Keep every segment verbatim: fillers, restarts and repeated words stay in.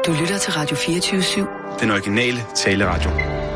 Du lytter til Radio fireogtyve syv. Den originale taleradio.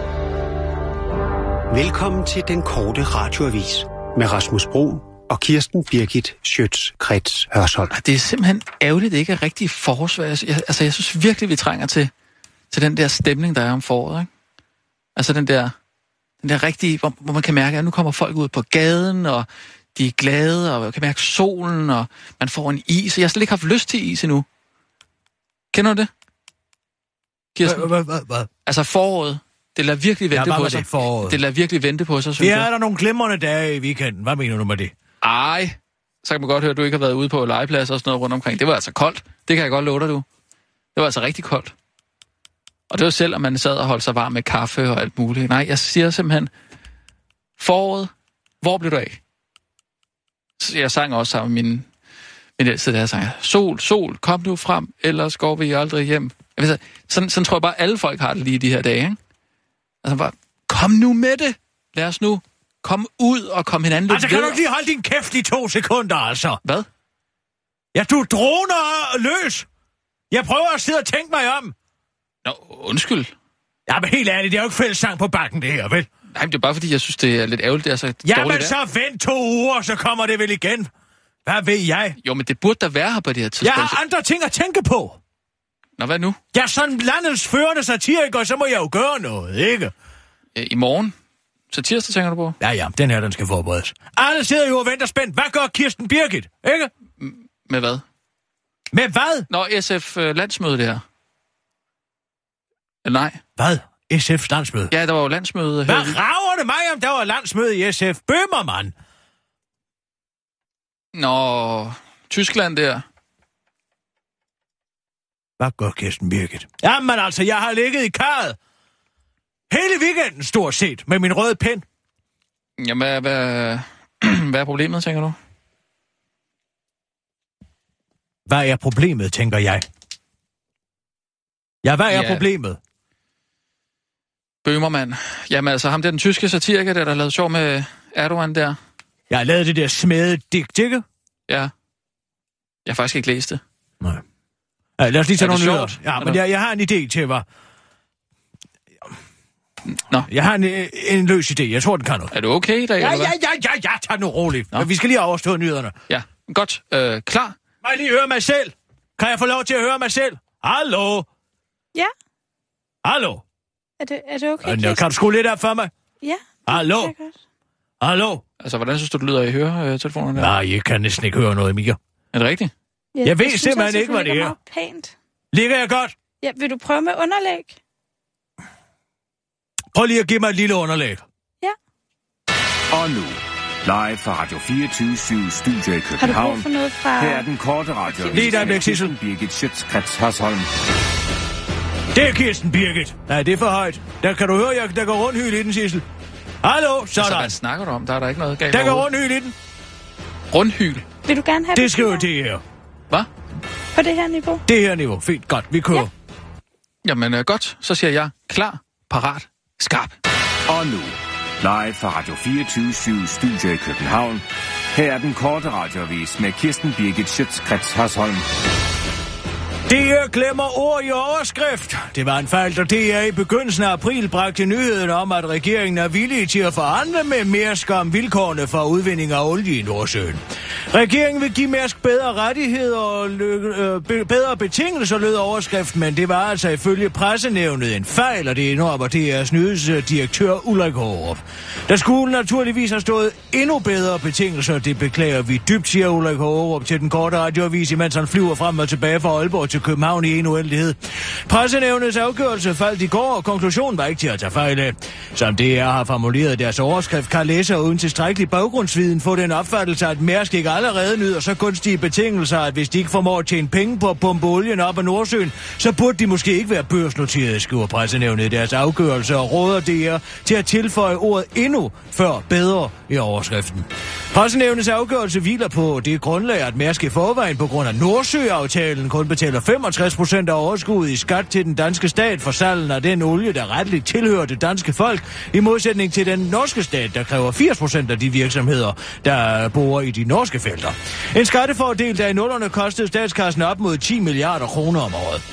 Velkommen til den korte radioavis med Rasmus Broen og Kirsten Birgit Schøtz-Krets Hørsholm. Det er simpelthen ærgerligt, det ikke er rigtig forårsvejr. Jeg, altså, jeg synes virkelig, vi trænger til, til den der stemning, der er om foråret, ikke? Altså den der, den der rigtige, hvor, hvor man kan mærke, at nu kommer folk ud på gaden, og de er glade, og man kan mærke solen, og man får en is. Jeg har slet ikke haft lyst til is endnu. Kender du det? Kirsten? Hvad, hvad, hvad? Altså foråret, det lader virkelig vente ja, på sig. Det, det lader virkelig vente på sig, synes jeg. Det er der nogle glimrende dage i weekenden. Hvad mener du med det? Ej, så kan man godt høre, at du ikke har været ude på legepladser og sådan noget rundt omkring. Det var altså koldt. Det kan jeg godt love dig, du. Det var altså rigtig koldt. Og det var selv, at man sad og holdt sig varm med kaffe og alt muligt. Nej, jeg siger simpelthen, foråret, hvor blev du af? Så jeg sang også sammen med min, min ældste, der sang, sol, sol, kom nu frem, ellers går vi aldrig hjem. Jeg ved, sådan, sådan tror jeg bare, alle folk har det lige i de her dage, ikke? Altså bare, kom nu med det! Lad os nu komme ud og komme hinanden Altså, kan ved. du ikke lige holde din kæft i to sekunder, altså? Hvad? Ja, du droner løs! Jeg prøver at sidde og tænke mig om. Nå, undskyld. Ja, men helt ærligt, det er jo ikke fællessang på bakken, det her, vel? Nej, det er bare fordi, jeg synes, det er lidt ærgerligt, det er så ja, dårligt. Men så vent to uger, så kommer det vel igen. Hvad ved jeg? Jo, men det burde da være her på det her tidspunkt. Jeg har andre ting at tænke på. Nå, hvad nu? Jeg er sådan landets førende satiriker, så må jeg jo gøre noget, ikke? I morgen? Så tirsdag tænker du på? Ja, ja, den her, den skal forberedes. Alle sidder jo og venter spændt. Hvad gør Kirsten Birgit, ikke? M- med hvad? Med hvad? Nå, S F-landsmøde, det her. Eller nej? Hvad? S F's landsmøde? Ja, der var jo landsmøde. Hvad her. Rager det mig, om der var landsmøde i S F? Bøhmermann! Nå, Tyskland der. Hvad gør Kirsten Birgit? Jamen altså, jeg har ligget i karret. Hele weekenden, stort set, med min røde pen. Jamen, hvad, hvad, hvad er problemet, tænker du? Hvad er problemet, tænker jeg? Ja, hvad er ja. problemet? Bøhmermann. Jamen altså, ham der den tyske satiriker, der, der lavede sjov med Erdogan der. Jeg har lavet det der smede digt, ikke? Ja. Jeg har faktisk ikke læst det. Nej. Ja, lad os lige tage nogle nyheder. Ja, men Eller? jeg, jeg har en idé til, hvad... Nå. Jeg har en, en løs idé. Jeg tror, den kan noget. Er du okay i dag, ja, eller ja, ja, ja, ja, tag nu roligt. Men vi skal lige overstå nyhederne. Ja, godt. Øh, klar? Må jeg lige høre mig selv? Kan jeg få lov til at høre mig selv? Hallo? Ja? Hallo? Er det, er det okay, Kirsten? Kan du skrue lidt op for mig? Ja. Hallo? Hallo? Altså, hvordan synes du, det lyder, at I hører øh, telefonen der? Nej, jeg kan næsten ikke høre noget mere. Er det rigtigt? Ja, jeg ved jeg simpelthen også, ikke, hvad det er. Pænt. Ligger jeg godt? Ja, vil du prøve med underlæg? Prøv lige at give mig et lille underlæg. Ja. Og nu, live fra Radio fireogtyve syv Studio i København. Har du brug for noget fra... Her er den korte radio. Lige der, Blæk Sissel. Birgit Schøtz-Krets Hørsholm. Det er Kirsten Birgit. Nej, det er for højt. Der kan du høre, jeg, der går rundhyl i den, Sissel. Hallo, sådan. Altså, hvad snakker du om? Der er der ikke noget galt. Der går rundhyl i den. Rundhyl? Vil du gerne have det? Det skriver det her. Hvad? På det her niveau? Det her niveau. Fint, godt. Vi kører. Ja. Jamen, øh, godt. Så siger jeg klar, parat, skarp. Og nu, live fra Radio fireogtyve syv Studio i København. Her er den korte radioavis med Kirsten Birgit Schøtz-Krets Hørsholm. D R glemmer ord i overskrift. Det var en fejl, da D R i begyndelsen af april bragte nyheden om, at regeringen er villig til at forhandle med Mærsk om vilkårene for udvinding af olie i Nordsøen. Regeringen vil give Mærsk bedre rettigheder og øh, bedre betingelser, lød overskriften, men det var altså ifølge pressenævnet en fejl, og det indrømmer D R's nyhedsdirektør Ulrik Hårup. Der skulle naturligvis have stået endnu bedre betingelser, det beklager vi dybt, siger Ulrik Hårup til den korte radioavis, imens han flyver frem og tilbage fra Aalborg til København i en uendelighed. Pressenævnets afgørelse faldt i går, og konklusionen var ikke til at tage fejl af. Som D R har formuleret deres overskrift, kan læsere uden tilstrækkelig baggrundsviden få den opfattelse, at Mærsk ikke allerede nyder så gunstige betingelser, at hvis de ikke formår at tjene penge på at pumpe olien op af Nordsøen, så burde de måske ikke være børsnoterede, skriver pressenævnet i deres afgørelse, og råder D R til at tilføje ordet endnu før bedre i overskriften. Pressenævnets afgørelse hviler på det grundlag, at Mærsk i forvejen på grund af Nordsø-aftalen kun betaler femogtres procent af overskuddet i skat til den danske stat for salgen af den olie, der retligt tilhører det danske folk, i modsætning til den norske stat, der kræver firs procent af de virksomheder, der borer i de norske felter. En skattefordel, der i nullerne kostede statskassen op mod ti milliarder kroner om året.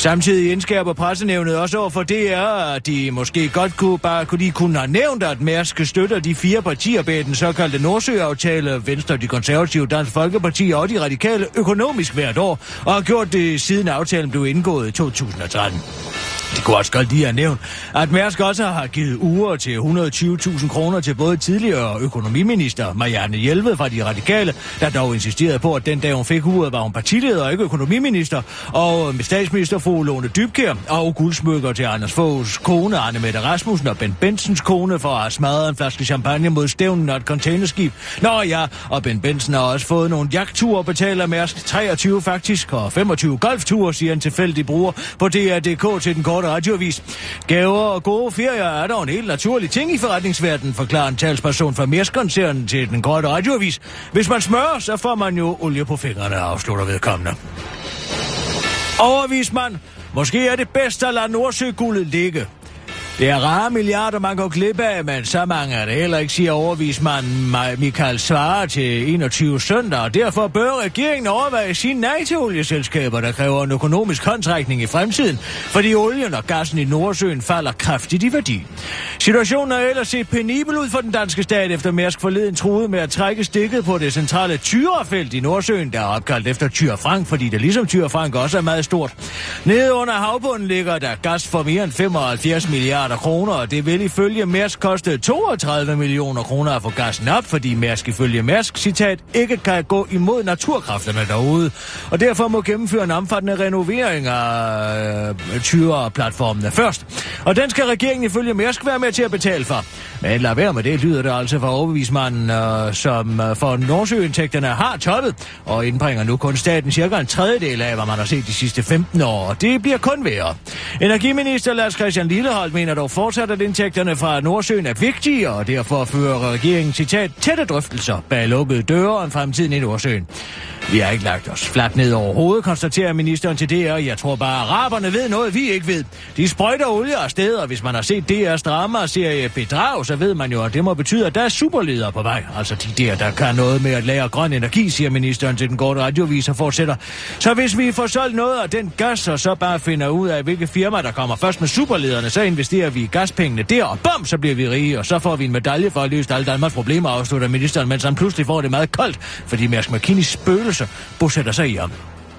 Samtidig indskærper pressenævnet også over for D R, at de måske godt kunne, bare kunne, de kunne have nævnt, at Mærsk støtter de fire partier bag den såkaldte Nordsø-aftale, Venstre, de konservative, Dansk Folkeparti og de radikale økonomisk hvert år, og har gjort det siden aftalen blev indgået i to tusind og tretten. Det kunne også godt lige have nævnt, at Mærsk også har givet uger til et hundrede og tyve tusind kroner til både tidligere økonomiminister Marianne Jelved fra de radikale, der dog insisterede på, at den dag hun fik uret, var hun partileder og ikke økonomiminister, og med statsminister fru Lone Dybkjær og guldsmykker til Anders Foghs kone Arne Mette Rasmussen og Ben Bensens kone for at smadre en flaske champagne mod stævnen af et containerskib. Nå ja, og Ben Benson har også fået nogle jagtture, betaler Mærsk treogtyve faktisk, og femogtyve golfture, siger en tilfældig bruger på D R punktum d k til den korte radioavis. Gaver og gode ferier er dog en helt naturlig ting i forretningsverdenen, forklarer en talsperson fra Mærsk-koncernen til den korte radioavis. Hvis man smører, så får man jo olie på fingrene, afslutter vedkommende. Overvismand. Måske er det bedst at lade Nordsøguldet ligge. Det er rare milliarder, man går glip af, men så mange er det heller ikke, siger overvismanden Michael Svare til enogtyve søndag, og derfor bør regeringen overveje sin nej til olieselskaber, der kræver en økonomisk håndtrækning i fremtiden, fordi olien og gassen i Nordsøen falder kraftigt i værdi. Situationen er ellers set penibel ud for den danske stat, efter Mærsk forleden truede med at trække stikket på det centrale Tyrafelt i Nordsøen, der er opkaldt efter Thyra Frank, fordi det ligesom Thyra Frank også er meget stort. Nede under havbunden ligger der gas for mere end femoghalvfjerds milliarder kroner, og det vil ifølge Mærsk koste toogtredive millioner kroner at få gassen op, fordi Mærsk ifølge Mærsk, citat, ikke kan gå imod naturkræfterne derude, og derfor må gennemføre en omfattende renovering af øh, Thyra-platformene først. Og den skal regeringen ifølge Mærsk være med til at betale for. Men lad være med det, lyder det altså fra overbevismanden, øh, som øh, for Nordsøindtægterne har toppet, og indbringer nu kun staten cirka en tredjedel af, hvad man har set de sidste femten år, og det bliver kun værre. Energiminister Lars Christian Lilleholt mener dog fortsat, at indtægterne fra Nordsøen er vigtige, og derfor fører regeringen, citat, tætte drøftelser bag lukkede døre om fremtiden i Nordsøen. Vi har ikke lagt os fladt ned over hovedet, konstaterer ministeren til D R. Jeg tror bare, araberne ved noget, vi ikke ved. De sprøjter olie afsted, og hvis man har set D R's drama-serie Bedrag, så ved man jo, at det må betyde, at der er superledere på vej. Altså de der, der kan noget med at lære grøn energi, siger ministeren til den korte radioavis og fortsætter. Så hvis vi får solgt noget af den gas, og så bare finder ud af, hvilke firma, der kommer først med superlederne, så investerer vi i gaspengene der, og bum, så bliver vi rige, og så får vi en medalje for at løse alle Danmarks problemer, afslutter ministeren, mens han pludselig får det meget koldt, fordi Mærsk Mc-Kinneys spøgelser bosætter sig i ham.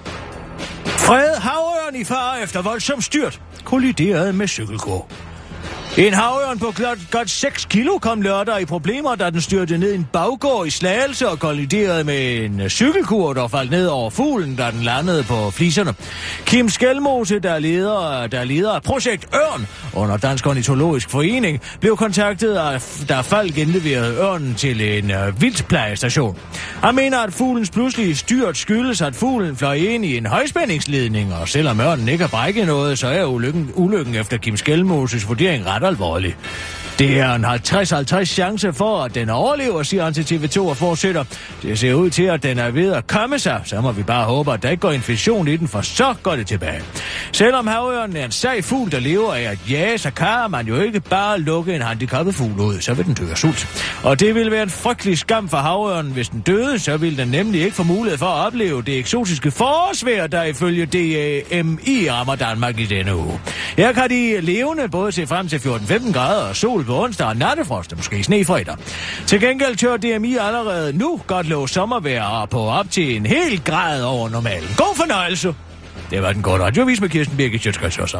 Fred havørn i fare efter voldsom styrt, kolliderede med cykelkur. En havørn på godt, godt seks kilo kom lørdag i problemer, da den styrte ned i en baggård i Slagelse og kolliderede med en cykelkur, der faldt ned over fuglen, da den landede på fliserne. Kim Skelmose, der leder, der leder af projekt Ørn under Dansk Ornitologisk Forening, blev kontaktet af, da Falk indleverede ørnen til en uh, vildtplejestation. Han mener, at fuglens pludselige styrt skyldes, at fuglen fløj ind i en højspændingsledning, og selvom ørnen ikke har brækket noget, så er ulykken, ulykken efter Kim Skelmoses vurdering ret alvorlig. Det er en halvtreds halvtreds chance for, at den overlever, siger han til T V to og fortsætter. Det ser ud til, at den er ved at komme sig, så må vi bare håbe, at der ikke går infektion i den, for så går det tilbage. Selvom havørnen er en sag fugl, der lever af at jage, så kan man jo ikke bare lukke en handicappet fugl ud, så vil den dø af sult. Og det ville være en frygtelig skam for havørnen, hvis den døde, så ville den nemlig ikke få mulighed for at opleve det eksotiske forårsvejr, der ifølge D M I rammer Danmark i denne uge. Her kan de levende både se frem til fjorten femten grader og sol på onsdag og nattefrost og måske sne fredag. Til gengæld tør D M I allerede nu godt love sommervejr på op til en hel grad over normalen. God fornøjelse! Det var den korte radioavis med Kirsten Birgit Sjøtskreds også.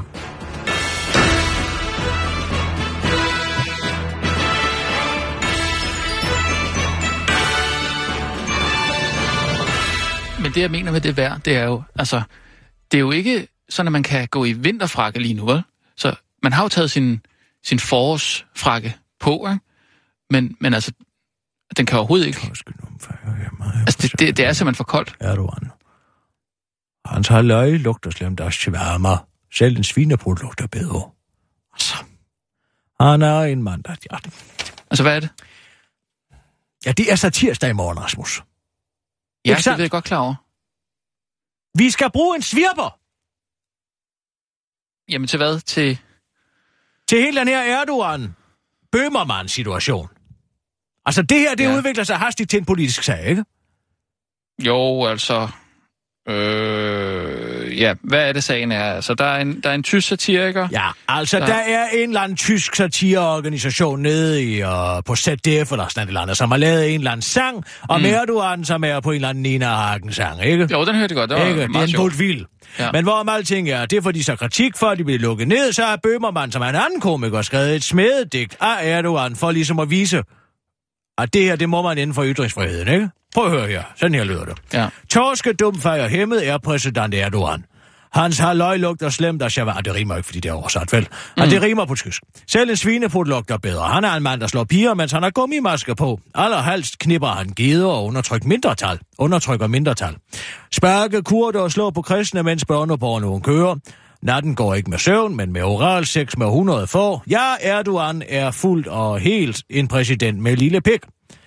Men det, jeg mener med det vejr, det er jo, altså, det er jo ikke sådan, at man kan gå i vinterfrakke lige nu, vel? Så man har jo taget sin, sin forårsfrakke på, ikke? Men, men altså, den kan overhovedet ikke... Altså, det, det, det er simpelthen for koldt. Erdogan. Hans halvøje lugter slemt også til varmer. Selv en svinebrud lugter bedre. Altså, han er en mand, der ja. Altså, hvad er det? Ja, det er så tirsdag i morgen, Rasmus. Ja, det er jeg godt klar over. Vi skal bruge en svirper! Jamen til hvad? Til... Til hele den her Erdogan Bøhmermann-situation. Altså det her, det ja. udvikler sig hastigt til en politisk sag, ikke? Jo, altså... Øh, Øh, ja, hvad er det sagen er? Altså, der er en, der er en tysk satiriker. Ja, altså, der, der er en eller anden tysk satireorganisation nede i, uh, på Z D F eller sådan et eller andet, som har lavet en eller anden sang, og mm. Erdogan, som er på en eller anden Nina Hagen-sang, ikke? Jo, den hørte jeg godt. Det var ikke? meget Det er en vild. Ja. Men hvorom alting er, det er fordi så kritik for, at de bliver lukket ned, så har Bøhmermann, som er en anden komiker, skrevet et smededigt af Erdogan, for ligesom at vise, at det her, det må man inden for ytringsfriheden, ikke? Prøv at høre her. Sådan her lyder det. Ja. Torske dumfejr hæmmet er præsident Erdogan. Hans halløj lugter slemt af shawarma. Det rimer ikke, fordi det er oversat, vel? Mm. Og det rimer på tysk. Selv en svineput lugter bedre. Han er en mand, der slår piger, mens han har gummimasker på. Allerhelst knipper han geder og undertrykker mindretal. Undertrykker mindretal. Sparke kurder og slår på kristne, mens børneborgen kører. Natten går ikke med søvn, men med oral sex med hundrede får. Ja, Erdogan er fuldt og helt en præsident med lille pik.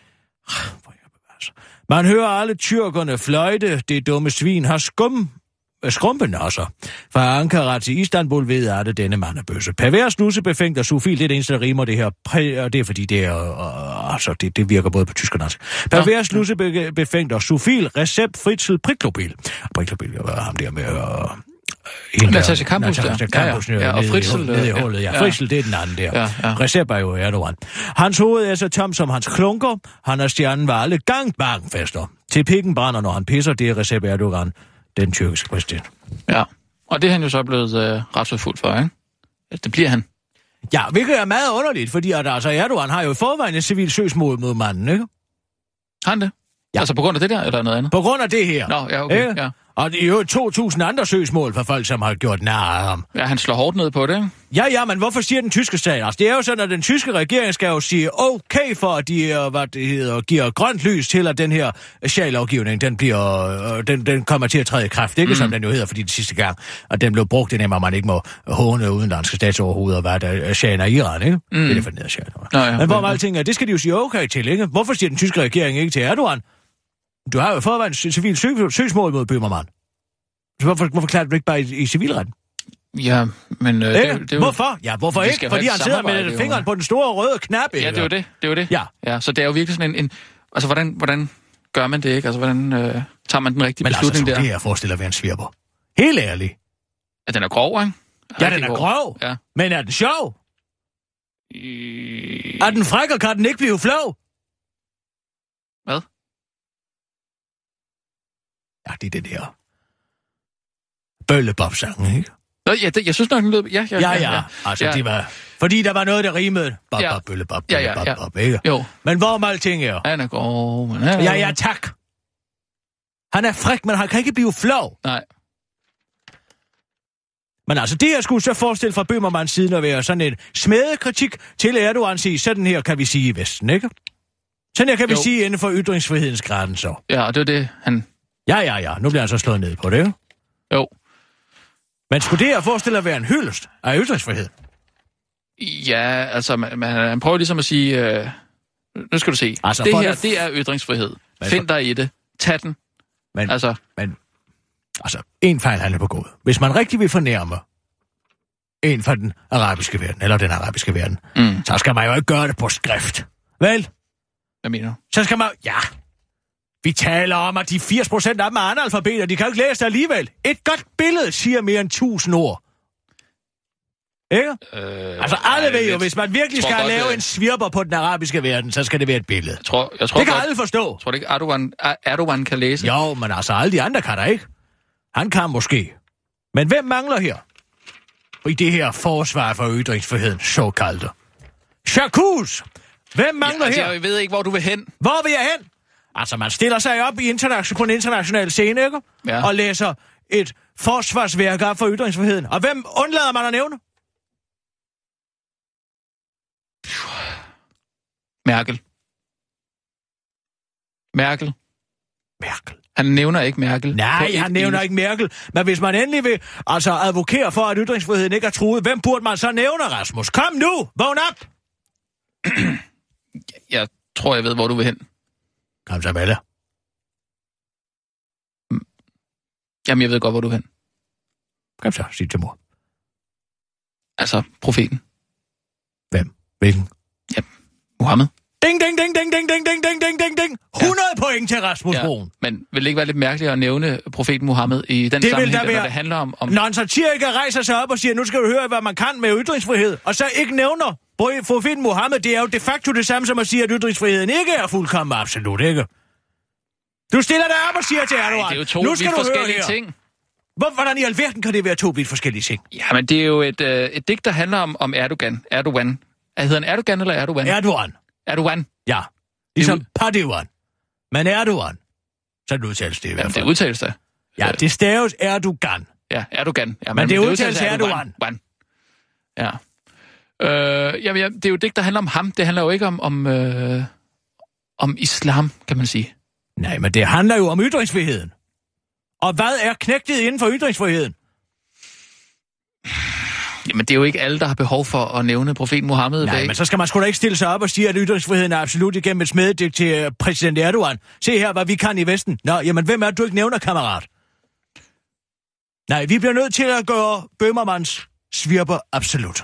Man hører alle tyrkerne fløjte. Det dumme svin har skum... skrumpenasser. Fra Ankara til Istanbul ved at det denne mand er bøsse. Pervers, nussebefængt og sufil, det er det eneste, der rimer det her. Præ- og det er fordi, det er... Øh, altså, det, det virker både på tysk og dansk. Pervers, nussebefængt og sufil, recept, fritzel, priklobil. Priklobil, jeg var ham der med... Øh, Natasha Campus, Natasha Campus, ja. Ja, ja. Og Fritzl, nede i hullet, ja. ja. Fritzl, det er den anden der. Ja, ja. Recept er jo Erdogan. Hans hoved er så tom som hans klunker. Han er stjernen ved alle gangbangfester. Til pikken brænder, når han pisser, det er Recep Erdogan, den tyrkiske præsident. Ja, og det er han jo så blevet øh, retsforfulgt for, ikke? Det bliver han. Ja, hvilket er meget underligt, fordi at, altså, Erdogan har jo i forvejen et civilt søgsmål mod manden, ikke? Har han det? Ja. Altså på grund af det der, eller noget andet? På grund af det her. Nå, ja, okay, ja. Og det er jo to tusind andre søgsmål for folk, som har gjort nær af ham. Ja, han slår hårdt ned på det, ikke? Ja, ja, men hvorfor siger den tyske stat? Altså, det er jo sådan, at den tyske regering skal jo sige okay for, at de hvad det hedder, giver grønt lys til, at den her sjallovgivning, den bliver, den, den kommer til at træde i kraft. Ikke mm. som den jo hedder, fordi det sidste gang, at den blev brugt, det nemmer, man ikke må håne udenlandske statsoverhoveder, hvad der sjælen af Iran, ikke? Mm. Det er det for ned sjælen. Ja, men hvor man alting er, det skal de jo sige okay til, ikke? Hvorfor siger den tyske regering ikke til Erdogan? Du har jo forvejen civil søgsmål mod Bøhmermann. Så hvorfor, hvorfor klarer du ikke bare i, i civilretten? Ja, men... Øh, det, det, det hvorfor? Ja, hvorfor ikke? Fordi han sidder med fingeren på den store røde knap, ikke? Ja, det er jo det. Det er jo det. Ja. Ja, så det er jo virkelig sådan en... en altså, hvordan, hvordan gør man det, ikke? Altså, hvordan øh, tager man den rigtige men beslutning altså, der? Men altså, det her forestiller at være en svirper. Helt ærligt. Ja, den er grov, ikke? Ja, den er grov. Ja. Men er den sjov? I... Er den fræk, og kan den ikke blive flov? Hvad? Ja, det er det der... Bøllebop-sangen, ikke? Nå, ja, det, jeg synes nok, den lød... Ja, ja, ja. Ja, ja. Altså, ja. Det var... Fordi der var noget, der rimede. Bop, ja. bop, bøllebop, bøllebop, ja, ja, ja. bop, ikke? Jo. Men hvor med alting er? Han er god, men han er... Ja, ja, tak. Han er fræk, men han kan ikke blive flov. Nej. Men altså, det her skulle så forestille fra Bøhmermanns siden at være sådan en smedekritik til Erdogan sige, sådan her kan vi sige i Vesten, ikke? Sådan her kan jo. vi sige inden for ytringsfrihedens grænser. Ja, og det er det, han... Ja, ja, ja. Nu bliver han så slået ned på det, ikke? Jo. Men skulle det her forestille at være en hyldest af ytringsfrihed? Ja, altså, man, man, han prøver ligesom at sige, øh, nu skal du se, altså, det her, det, det er ytringsfrihed. Men, Find dig i det. Tag den. Men, altså, men, altså, en fejl han er begået. Hvis man rigtig vil fornærme en fra den arabiske verden, eller den arabiske verden, mm. så skal man jo ikke gøre det på skrift. Vel? Hvad mener du? Så skal man, ja... Vi taler om, at de firs procent af dem er analfabeter. De kan jo ikke læse det alligevel. Et godt billede siger mere end tusind ord. Ikke? Øh, altså, alle ved jo, hvis man virkelig skal godt, lave det... en svirper på den arabiske verden, så skal det være et billede. Jeg tror, jeg tror det kan godt... alle forstå. Tror du ikke, Erdogan, Erdogan kan læse? Jo, men altså, alle de andre kan der ikke. Han kan måske. Men hvem mangler her? I det her forsvar for ytringsfriheden, såkaldte. Charcus! Hvem mangler ja, altså, her? Jeg ved ikke, hvor du vil hen. Hvor vil jeg hen? Altså, man stiller sig op i interna- på en international scene, ikke? Ja. Og læser et forsvarsværk op for ytringsfriheden. Og hvem undlader man at nævne? Merkel. Merkel. Merkel. Han nævner ikke Merkel. Nej, han nævner ikke Merkel. Men hvis man endelig vil altså advokere for, at ytringsfriheden ikke er truet, hvem burde man så nævne, Rasmus? Kom nu! Vågn op! Jeg tror, jeg ved, hvor du vil hen. Kom så, Mette. Jamen, jeg ved godt, hvor du er hen. Kom så, sig til mor. Altså, profeten. Hvem? Hvilken? Ja, Mohammed. Ding, ding, ding, ding, ding, ding, ding, ding, ding, ding, ding. hundrede ja. point til Rasmus ja. Broen. Men vil det ikke være lidt mærkeligt at nævne profeten Muhammed i den det sammenhæng, når det handler om... om... Når en satiriker rejser sig op og siger, nu skal du høre, hvad man kan med ytringsfrihed, og så ikke nævner profeten Muhammed, det er jo de facto det samme som at sige, at ytringsfriheden ikke er fuldkommen absolut, ikke? Du stiller dig op og siger til Erdogan, det er jo to nu skal vidt du forskellige høre ting. Hvor, hvordan i alverden kan det være to vidt forskellige ting? Ja, men det er jo et, øh, et digt, der handler om, om Erdogan. Erdogan. Hedder han Erdogan eller Erdogan? Erdogan. Erdogan. Ja. Ligesom Padewan. Men Erdogan. Så udtales det i hvert fald. Det udtales det. Ja, det staves Erdogan. Ja, Erdogan. Ja, men, men det, det udtales Erdogan. Erdogan. Ja. Øh, jamen, ja, det er jo et digt, der handler om ham. Det handler jo ikke om, om, øh, om islam, kan man sige. Nej, men det handler jo om ytringsfriheden. Og hvad er knægtet inden for ytringsfriheden? Jamen, det er jo ikke alle, der har behov for at nævne profeten Muhammed. Nej, men så skal man sgu da ikke stille sig op og sige, at ytringsfriheden er absolut igennem et smededigt til præsident Erdogan. Se her, hvad vi kan i Vesten. Nå, jamen, hvem er det, du ikke nævner, kammerat? Nej, vi bliver nødt til at gøre Bøhmermanns svirper absolut.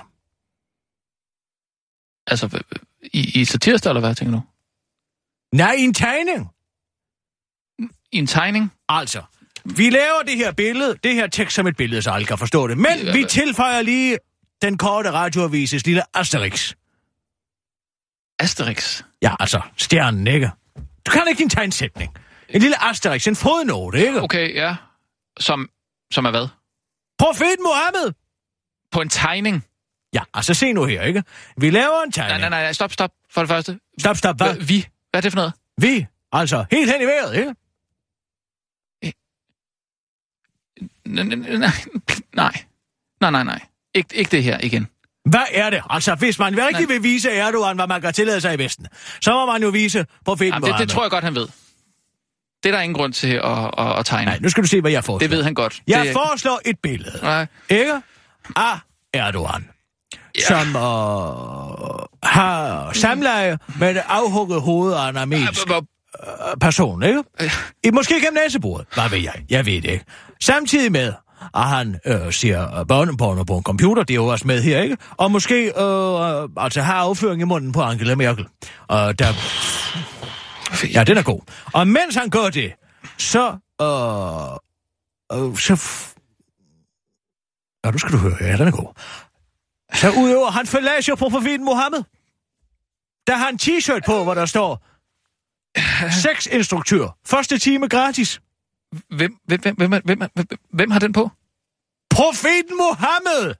Altså, i, i satirster, eller hvad, tænker du? Nej, i en tegning. I en tegning? Altså, vi laver det her billede, det her tekst som et billede, så alle kan forstå det. Men ja, vi tilføjer lige den korte radioavises lille Asterix. Asterix? Ja, altså, stjernen, ikke? Du kan ikke din tegnsætning. En lille Asterix, en fodnote, ikke? Okay, ja. Som, som er hvad? Profeten Muhammed! På en tegning? Ja, altså se nu her, ikke? Vi laver en tegning. Nej, nej, nej, stop, stop, for det første. Stop, stop, hvad? Vi? Hvad er det for noget? Vi? Altså, helt hen i vejret, ikke? Nej, nej, nej, nej, nej. Ik- ikke det her igen. Hvad er det? Altså, hvis man virkelig vil vise Erdogan, hvad man kan tillade sig i Vesten, så må man jo vise profeten Muhammed. Det, det tror jeg godt, han ved. Det er der ingen grund til at, at, at tegne. Nej, nu skal du se, hvad jeg foreslår. Det ved han godt. Jeg det... foreslår et billede. Nej. Ikke? Af Erdogan. Ja. Som øh, har samleje med det afhuggede hoved af en armensk øh, person, ikke? I, måske gennem næsebordet. Hvad ved jeg? Jeg ved det ikke. Samtidig med, at han øh, ser børneporno på en computer, det er jo også med her, ikke? Og måske øh, altså har afføring i munden på Angela Merkel. Og der... Ja, den er god. Og mens han gør det, så... Øh, øh, så... Ja, nu skal du høre. Ja, den er god. Så udover han forlager på profeten Muhammed. Der har en t-shirt på, hvor der står... Sexinstruktør. Første time gratis. Hvem, hvem, hvem, hvem, hvem, hvem, hvem har den på? Profeten Muhammed!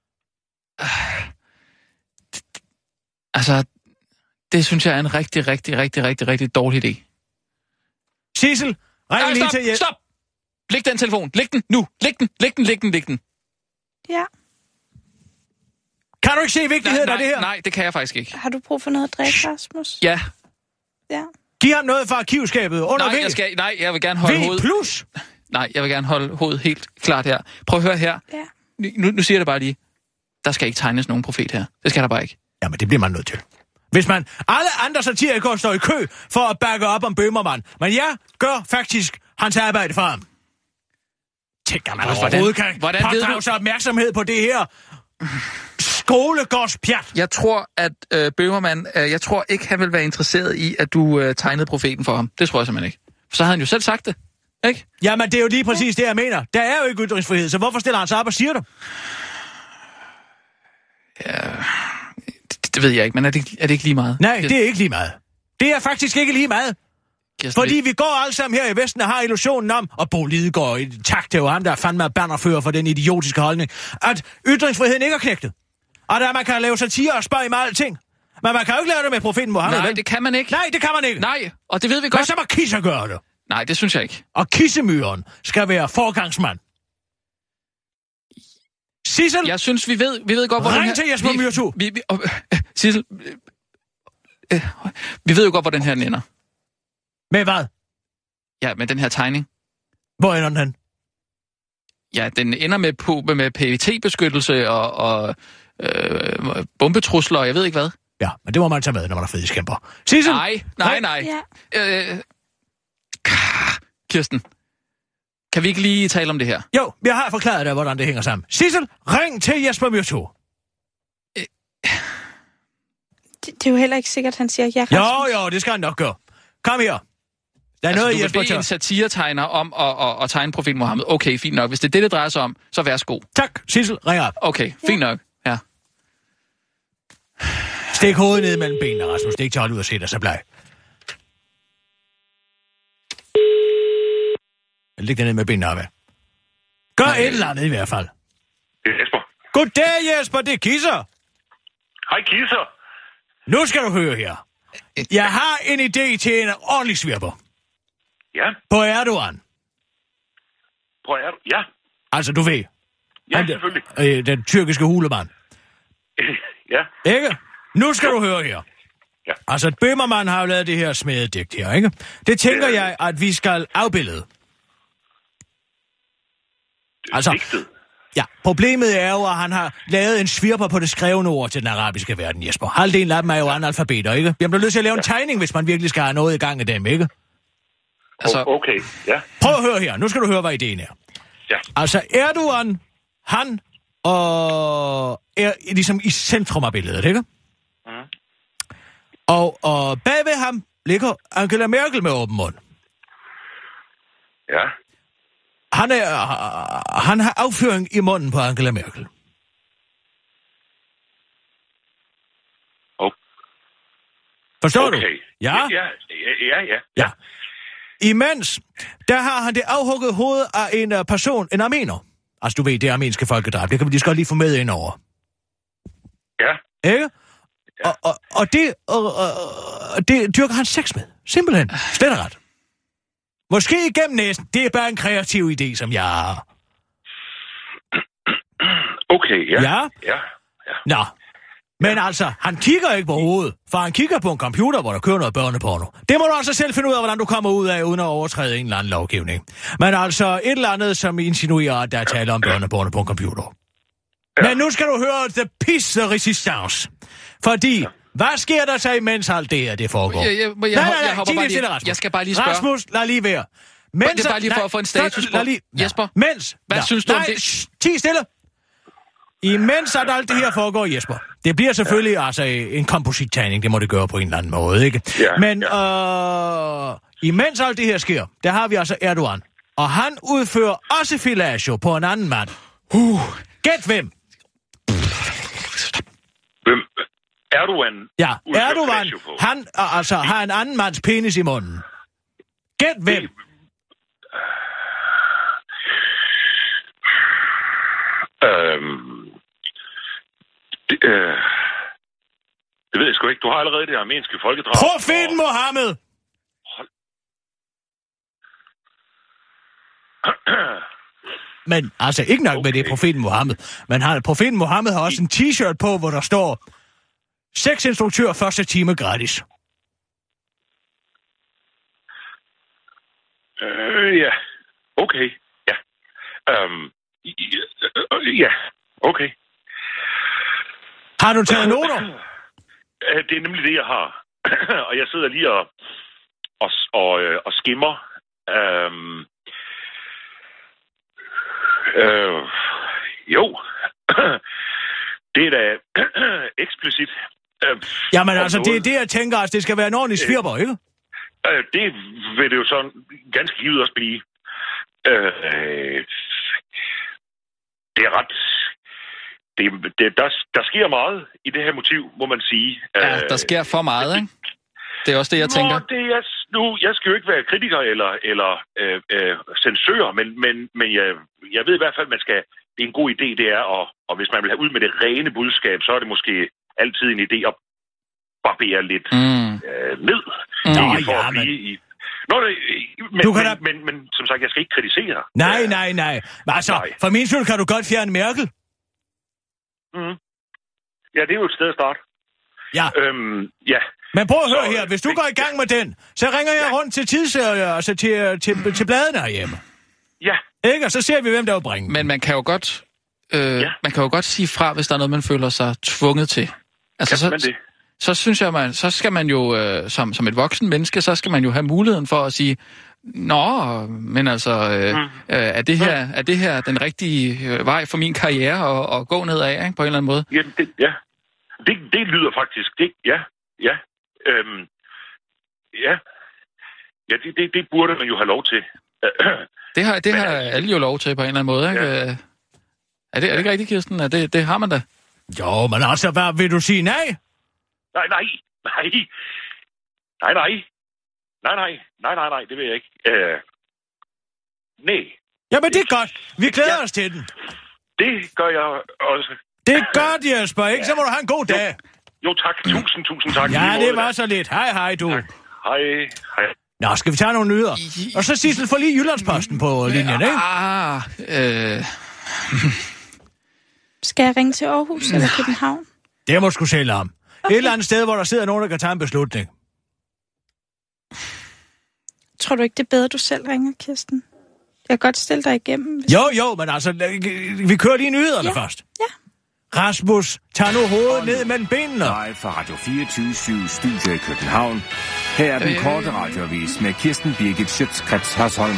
Altså, det synes jeg er en rigtig, rigtig, rigtig, rigtig, rigtig dårlig idé. Sissel, ring Nej, lige stop, til hjælp. Stop! Læg den telefon. Læg den nu. Læg den, læg den, læg den, læg den. Ja. Kan du ikke se vigtigheden nej, af det her? Nej, det kan jeg faktisk ikke. Har du brug for noget at drikke, Rasmus? Ja. Ja. Giv ham noget fra arkivskabet under nej, V. jeg skal, nej, jeg vil gerne holde V hovedet... plus? Nej, jeg vil gerne holde hovedet helt klart her. Prøv at høre her. Ja. Nu, nu siger jeg det bare lige. Der skal ikke tegnes nogen profet her. Det skal der bare ikke. Jamen, det bliver man nødt til. Hvis man... Alle andre satirikere står i kø for at bakke op om Bøhmermann. Men jeg gør faktisk hans arbejde for ham. Tænk, at man Hvordan- overhovedet kan hvordan ved pådrage du- sig opmærksomhed på det her skolegårdspjat. Jeg tror, at øh, Bøhmermann, øh, jeg tror ikke, han vil være interesseret i, at du øh, tegnede profeten for ham. Det tror jeg simpelthen ikke. For så havde han jo selv sagt det, ikke? Jamen, det er jo lige præcis det, jeg mener. Der er jo ikke ytringsfrihed, så hvorfor stiller han sig op og siger det? Ja, det, det ved jeg ikke, men er det, er det ikke lige meget? Nej, det er ikke lige meget. Det er faktisk ikke lige meget. Kirsten, Fordi vi går alle sammen her i Vesten og har illusionen om, og Bo Lidegaard i tak til ham, der fandme er bannerfører for den idiotiske holdning, at ytringsfriheden ikke er knægtet. Og der man kan lave satire og spørge i meget alting. Men man kan jo ikke lave det med profeten Muhammed. Nej, vel? det kan man ikke. Nej, det kan man ikke. Nej, og det ved vi Men godt. så må Kisser gøre det. Nej, det synes jeg ikke. Og Kissemyren skal være forgangsmand. Sissel, Jeg synes, vi ved, vi ved godt, hvor Ring den her... til Jesper vi- Myrto. Vi, vi, øh, øh, Sissel, øh, øh, vi ved jo godt, hvor den her den ender. med hvad? Ja, med den her tegning. Hvor ender den hen? Ja, den ender med, på, med P E T-beskyttelse og, og øh, bombetrusler, og jeg ved ikke hvad. Ja, men det må man tage med, når man er frihedskæmper. Sissel! Nej, nej, nej. Ja. Øh, Kirsten, kan vi ikke lige tale om det her? Jo, jeg har forklaret dig, hvordan det hænger sammen. Sissel, ring til Jesper Myrto. Det, det er jo heller ikke sikkert, han siger ja, Rasmus. Jo, jo, det skal han nok gøre. Kom her. Der er altså, noget, du Jesper vil bede en satiretegner om at, at, at tegne profeten Mohammed. Okay, fint nok. Hvis det er det, det drejer sig om, så værsgo. Tak, Sissel, ring op. Okay, fint nok. Ja. Stik hovedet ned mellem benene, Rasmus. Det er ikke til at holde ud og se dig så bleg. Læg dig ned med benene op af. Gør Nej. et eller andet i hvert fald. Det er Jesper. Goddag, Jesper. Det er Kisser. Hej, Kisser. Nu skal du høre her. Jeg har en idé til en ordentlig svirper. Ja. På Erdogan. På Erdogan? Ja. Altså, du ved. Ja, han, selvfølgelig. Øh, den tyrkiske hulemand. Ja. Ikke? Nu skal du høre her. Ja. Altså, Bøhmermann har jo lavet det her smededigt her, ikke? Det tænker ja. jeg, at vi skal afbillede. Altså, digtet. Ja, problemet er jo, at han har lavet en svirper på det skrevne ord til den arabiske verden, Jesper. Halvdelen af dem er jo analfabeter, ikke? Jeg bliver nødt til at lave en tegning, hvis man virkelig skal have noget i gang af dem, ikke? Altså, okay, ja. Prøv at høre her. Nu skal du høre, hvad ideen er. Ja. Altså, Erdogan, han og er ligesom i centrum af billedet, ikke? Mm. Og, og bagved ham ligger Angela Merkel med åben mund. Ja. Han, er, han har afføring i munden på Angela Merkel. Oh. Forstår okay. du? Ja? Ja, ja, ja, ja. ja. Imens, der har han det afhugget hoved af en uh, person, en armener. Altså, du ved, det armenske folkedrab. Det kan vi lige så godt lige få med ind over. Ja. Ikke? Ja. Og, og, og det, og, og, og det dyrker han sex med. Simpelthen. Slet og ret. Måske igennem næsen. Det er bare en kreativ idé, som jeg har. Okay, ja. Ja? Ja, ja. Nå. Men ja. altså, han kigger ikke på hovedet, for han kigger på en computer, hvor der kører noget børneporno. Det må du altså selv finde ud af, hvordan du kommer ud af, uden at overtræde en eller anden lovgivning. Men altså, et eller andet, som insinuerer, at der er tale om børneporno på en computer. Ja. Men nu skal du høre The Peace the Resistance. Fordi... Ja. Hvad sker der så, imens alt det her, det foregår? Jeg, jeg, jeg, nej, nej, nej, jeg, hopper bare lige, stille, jeg skal bare lige spørge. Rasmus, lad lige være. Mens, det er bare lige for nej, at få en status på. Lige, Jesper, mens, hvad nej, synes du nej, om det? Shh, ti stille. Imens at alt det her foregår, Jesper. Det bliver selvfølgelig ja. altså en komposittegning, det må det gøre på en eller anden måde, ikke? Ja, Men ja. Øh, imens alt det her sker, der har vi altså Erdogan. Og han udfører også fellatio på en anden mand. Uh, gæt hvem? Hvem? Erdogan? Ja, Erdogan, han altså, har en anden mands penis i munden. Gæt hvem? Øhm... Det, øh, det ved jeg sgu ikke. Du har allerede det armenske folkedrab. Profeten og... Mohammed! Hold... Men altså, ikke nok okay. med det, profeten Mohammed. Men han, profeten Mohammed har også en t-shirt på, hvor der står... Sexinstruktør første time gratis. Øh, ja. Okay. Ja. Øhm, ja. Okay. Har du taget noter? Det er nemlig det, jeg har. Og jeg sidder lige og, og, og, og skimmer. Øhm, øh, jo. Det er da eksplicit. Jamen altså, noget. Det er det, jeg tænker, at det skal være en ordentlig svirper, ikke? Øh, det vil det jo sådan ganske givet også blive. Øh, det er ret... Det, det, der, der sker meget i det her motiv, må man sige. Ja, der sker for meget, ikke? Det er også det, jeg Nå, tænker. Det er, nu, jeg skal jo ikke være kritiker eller, eller øh, øh, censør, men, men, men jeg, jeg ved i hvert fald, at man skal... Det er en god idé, det er, og, og hvis man vil have ud med det rene budskab, så er det måske altid en idé at barbere lidt mm. øh, ned. Nå, for ja, at blive men... i... Nå, det, men, du kan men, da... men, men, men som sagt, jeg skal ikke kritisere. Nej, nej, nej. Men altså, nej. For min skyld kan du godt fjerne Merkel. Mm. Ja, det er jo et sted at starte. Ja. Øhm, ja. Men prøv at høre så, her, hvis du går i gang med den, så ringer jeg ja. rundt til tidsserier, altså til, til, til bladene herhjemme. Ja. Ikke? Og så ser vi, hvem der vil bringe. Men man kan jo godt... Øh, ja. Man kan jo godt sige fra, hvis der er noget, man føler sig tvunget til. Altså, så, det? så synes jeg, man, så skal man jo, øh, som, som et voksen menneske, så skal man jo have muligheden for at sige, nå, men altså, øh, mm. øh, er, det her, er det her den rigtige øh, vej for min karriere at, at gå nedad, ikke, på en eller anden måde? Jamen, det, ja. det, det lyder faktisk... Det, ja, ja. Øhm, ja. Ja, det, det, det burde man jo have lov til. Det har, det Men, har alle jo lov til på en eller anden måde, ikke? Ja. Er, det, er det ikke rigtigt, Kirsten? Er det, det har man da. Jo, men altså, hvad vil du sige nej? Nej, nej, nej. Nej, nej. Nej, nej. Nej, nej, nej, det vil jeg ikke. Øh, nej. Jamen, det er godt. Vi glæder ja. os til den. Det gør jeg også. Det er godt, Jesper, ikke? Så må du have en god dag. Jo, jo tak. Tusind, tusind tak. Ja, det var så lidt. Hej, hej, du. Tak. Hej, hej. Nå, skal vi tage nogle nyheder? Og så Sissel, får lige Jyllandsposten på linjen, ikke? Ah, øh... Skal jeg ringe til Aarhus eller København? Det må sgu selv om. Okay. Et eller andet sted, hvor der sidder nogen, der kan tage en beslutning. Tror du ikke, det er bedre, du selv ringer, Kirsten? Jeg kan godt stille dig igennem. Hvis... Jo, jo, men altså, vi kører lige nyhederne ja. først. Ja. Rasmus, tag nu hovedet ned mellem benene. Live fra Radio fireogtyve syv Studio i København. Her er den korte radioavis med Kirsten Birgit Schøtz-Krets Hørsholm.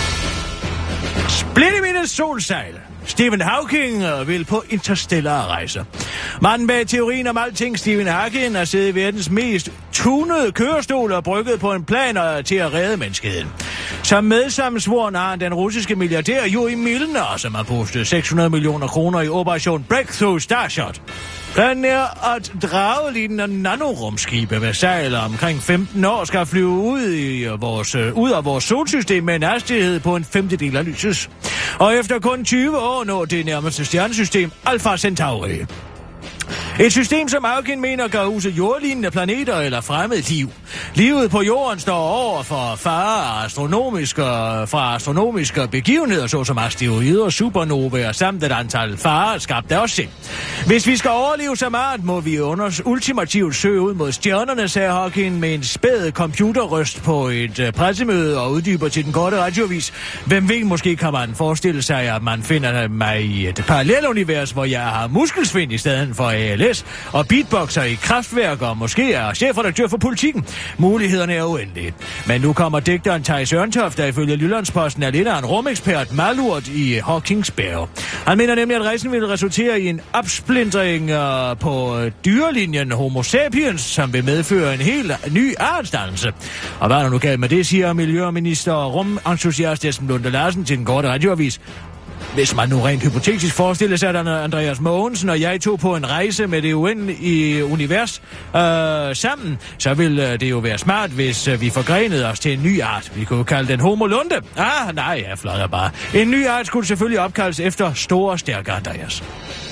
Split i mine solsejl. Stephen Hawking vil på interstellare rejser. Manden bag teorien om alting, Stephen Hawking, har siddet i verdens mest tunede kørestol og brygget på en plan til at redde menneskeheden. Som medsammensvoren har den russiske milliardær Yuri Milner, som har postet seks hundrede millioner kroner i Operation Breakthrough Starshot. Planen er, at dragelignende nanorumskibe med sejler omkring femten år skal flyve ud, i vores, ud af vores solsystem med en hastighed på en femtedel af lysets. Og efter kun tyve år når det nærmeste stjernesystem Alpha Centauri. Et system, som Hawking mener kan huse jordlignende planeter eller fremmed liv. Livet på jorden står over for fare astronomiske, fra astronomiske begivenheder, såsom asteroider, supernovaer samt et antal farer skabt af os selv. Hvis vi skal overleve som art, må vi under ultimativt søge ud mod stjernerne, sagde Hawking med en spæd computerrøst på et pressemøde og uddyber til den korte radioavis. Hvem ved, måske kan man forestille sig, at man finder mig i et parallelunivers, hvor jeg har muskelsvind i stedet for A L S, og beatboxer i kraftværker, og måske er chefredaktør for Politikken. Mulighederne er uendelige. Men nu kommer digteren Theis Ørntoft, der ifølge Jyllandsposten er lidt af en rumekspert malurt i Hawkings bjerge. Han mener nemlig, at rejsen vil resultere i en opsplintring uh, på dyrelinjen Homo sapiens, som vil medføre en helt ny artsdannelse. Og hvad er der nu galt med det, siger miljøminister og rumentusiast Esben Lunde Larsen til den korte radioavis. Hvis man nu rent hypotetisk forestiller sig, at Andreas Mogensen og jeg tog på en rejse med det uendelige univers øh, sammen, så ville det jo være smart, hvis vi forgrenede os til en ny art. Vi kunne kalde den Homo Lunde. Ah, nej, jeg fløjer bare. En ny art skulle selvfølgelig opkaldes efter store, stærke Andreas.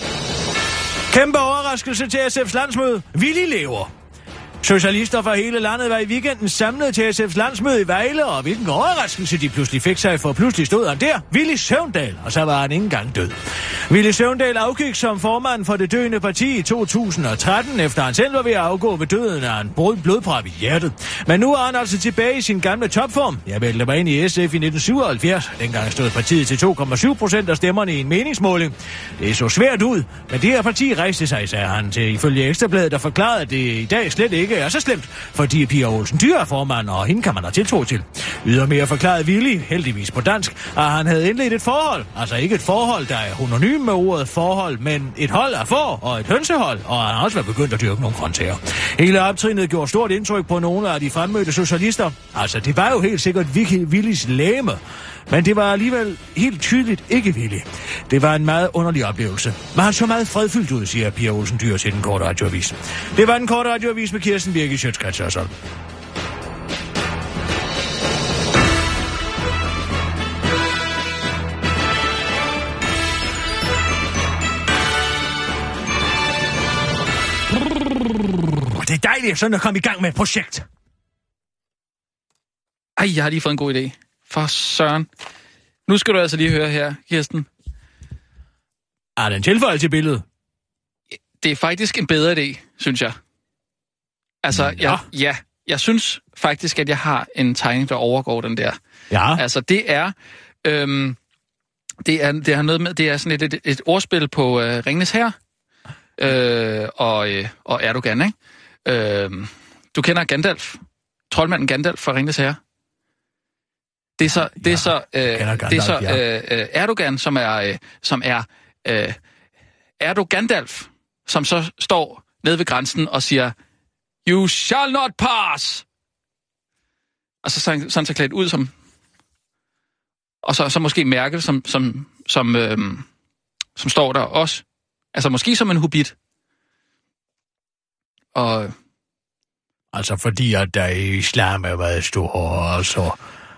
Kæmpe overraskelse til S F's landsmøde. Willy lever. Socialister fra hele landet var i weekenden samlet til S F's landsmøde i Vejle, og hvilken overraskelse de pludselig fik sig, for pludselig stod han der, Villy Søvndal, og så var han ikke engang død. Villy Søvndal afgik som formand for det døende parti i to tusind og tretten, efter han selv var ved at afgå ved døden af en blodprop i hjertet. Men nu er han altså tilbage i sin gamle topform. Jeg meldte mig ind i S F i nitten syvoghalvfjerds. Dengang stod partiet til to komma syv procent af stemmerne i en meningsmåling. Det så svært ud, men det her parti rejste sig, sagde han til ifølge Ekstrabladet, der forklarede, at det i dag slet ikke er så slemt, fordi Pia Olsen Dyhr er formand, og hende kan man have tiltro til. Ydermere forklarede Willy, heldigvis på dansk, at han havde indledt et forhold. Altså ikke et forhold, der er hononym med ordet forhold, men et hold af får og et hønsehold, og han har også været begyndt at dyrke nogle grøntsager. Hele optrinet gjorde stort indtryk på nogle af de fremmødte socialister. Altså, det var jo helt sikkert Willys læme. Men det var alligevel helt tydeligt ikke Willy. Det var en meget underlig oplevelse. Men han så meget fredfyldt ud, siger Pia Olsen Dyhr til den korte radioavis. Det var den korte radioavis med Kirsten Birgit Schøtz-Krets Hørsholm. Det er dejligt, sådan at komme i gang med et projekt. Ej, jeg har lige fået en god idé. For søren. Nu skal du altså lige høre her, Kirsten. Er det en tilføjelse til billedet? Det er faktisk en bedre idé, synes jeg. Altså, ja. Jeg, ja, jeg synes faktisk, at jeg har en tegning, der overgår den der. Ja. Altså, det er... Øhm, det er, det er noget med... Det er sådan et, et, et ordspil på øh, Ringenes Herre øh, og, øh, og Erdogan, ikke? Øh, du kender Gandalf. Troldmanden Gandalf fra Ringenes Herre. Det er så, det er så, øh, det er så øh, Erdogan, som er, øh, som er øh, Erdogandalf, som så står nede ved grænsen og siger, you shall not pass! Og så sådan, sådan så klædt ud som... Og så, så måske Merkel, som, som, som, øhm, som står der også. Altså måske som en hobbit. Og... Altså fordi, at der i islam er været stor, altså...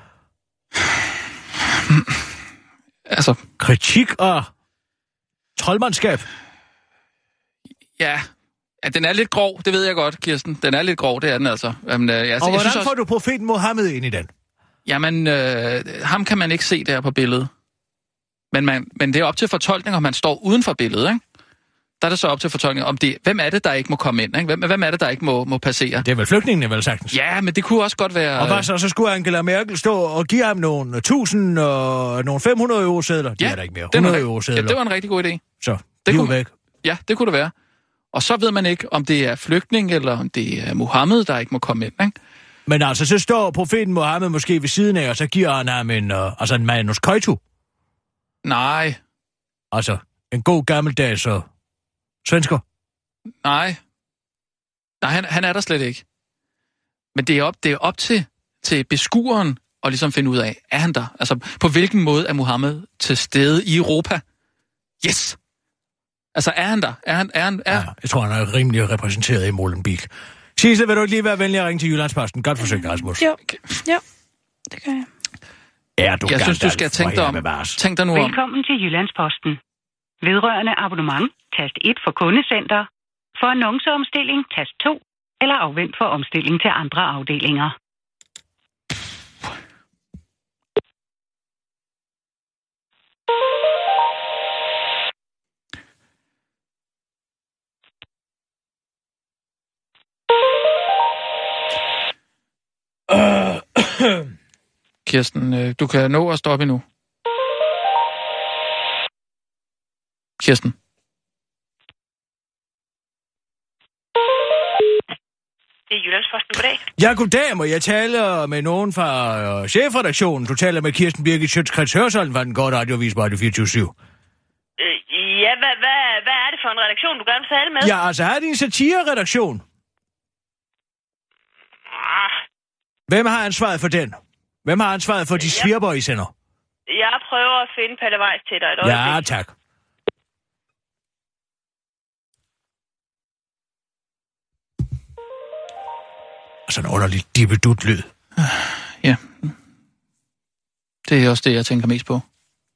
altså... Kritik og troldmandskab. Ja, ja, den er lidt grov, det ved jeg godt, Kirsten. Den er lidt grov, det er den altså. Jamen, øh, jeg, og hvordan jeg synes også, får du profeten Mohammed ind i den? Jamen, øh, ham kan man ikke se der på billedet. Men, man, men det er op til fortolkning, om man står uden for billedet, ikke? Der er det så op til fortolkning, om det, hvem er det, der ikke må komme ind, ikke? Hvem, hvem er det, der ikke må, må passere? Det er vel flygtningene, vel sagtens? Ja, men det kunne også godt være... Og hvad så? Så skulle Angela Merkel stå og give ham nogle tusind og nogle fem hundrede euro-sedler? Ja, det er der ikke mere. hundrede euro-sedler. Ja, det var en rigtig god idé. Så, det kunne væk. Ja, det kunne det være. Og så ved man ikke, om det er flygtning, eller om det er Mohammed, der ikke må komme ind, ikke? Men altså, så står profeten Mohammed måske ved siden af, og så giver han ham en, uh, altså en manus koitu. Nej. Altså, en god gammeldags uh, svensker. Nej. Nej, han, han er der slet ikke. Men det er op, det er op til, til beskueren at ligesom finde ud af, er han der? Altså, på hvilken måde er Mohammed til stede i Europa? Yes! Altså, er han der? Er han, er han, er... Ja, jeg tror, han er rimelig repræsenteret i Molenbeek. Sissel, vil du ikke lige være venlig at ringe til Jyllandsposten? Godt forsøgt, Rasmus. Jo, jo, det kan jeg. Er du jeg synes, du skal tænke dig om. Tænk dig nu om. Velkommen til Jyllandsposten. Vedrørende abonnement, tast et for kundecenter. For annonceomstilling, tast to. Eller afvent for omstilling til andre afdelinger. Kirsten, du kan nå at stoppe endnu. Kirsten. Det er Jyllandsposten. Goddag. Ja, goddag. Må jeg tale med nogen fra uh, chefredaktionen? Du taler med Kirsten Birgit Schøtz-Krets Hørsholm fra den korte radioavis på Radio fireogtyve syv. Øh, ja, hvad, hvad, hvad er det for en redaktion, du gerne vil tale med? Ja, altså, er det en satire-redaktion? Ah. Hvem har ansvaret for den? Hvem har ansvaret for de svirper, I sender? Jeg prøver at finde Palle Weiss til dig et øjeblik. Ja, tak. Og sådan en underlig dibbedut-lyd. Ja. Det er også det, jeg tænker mest på.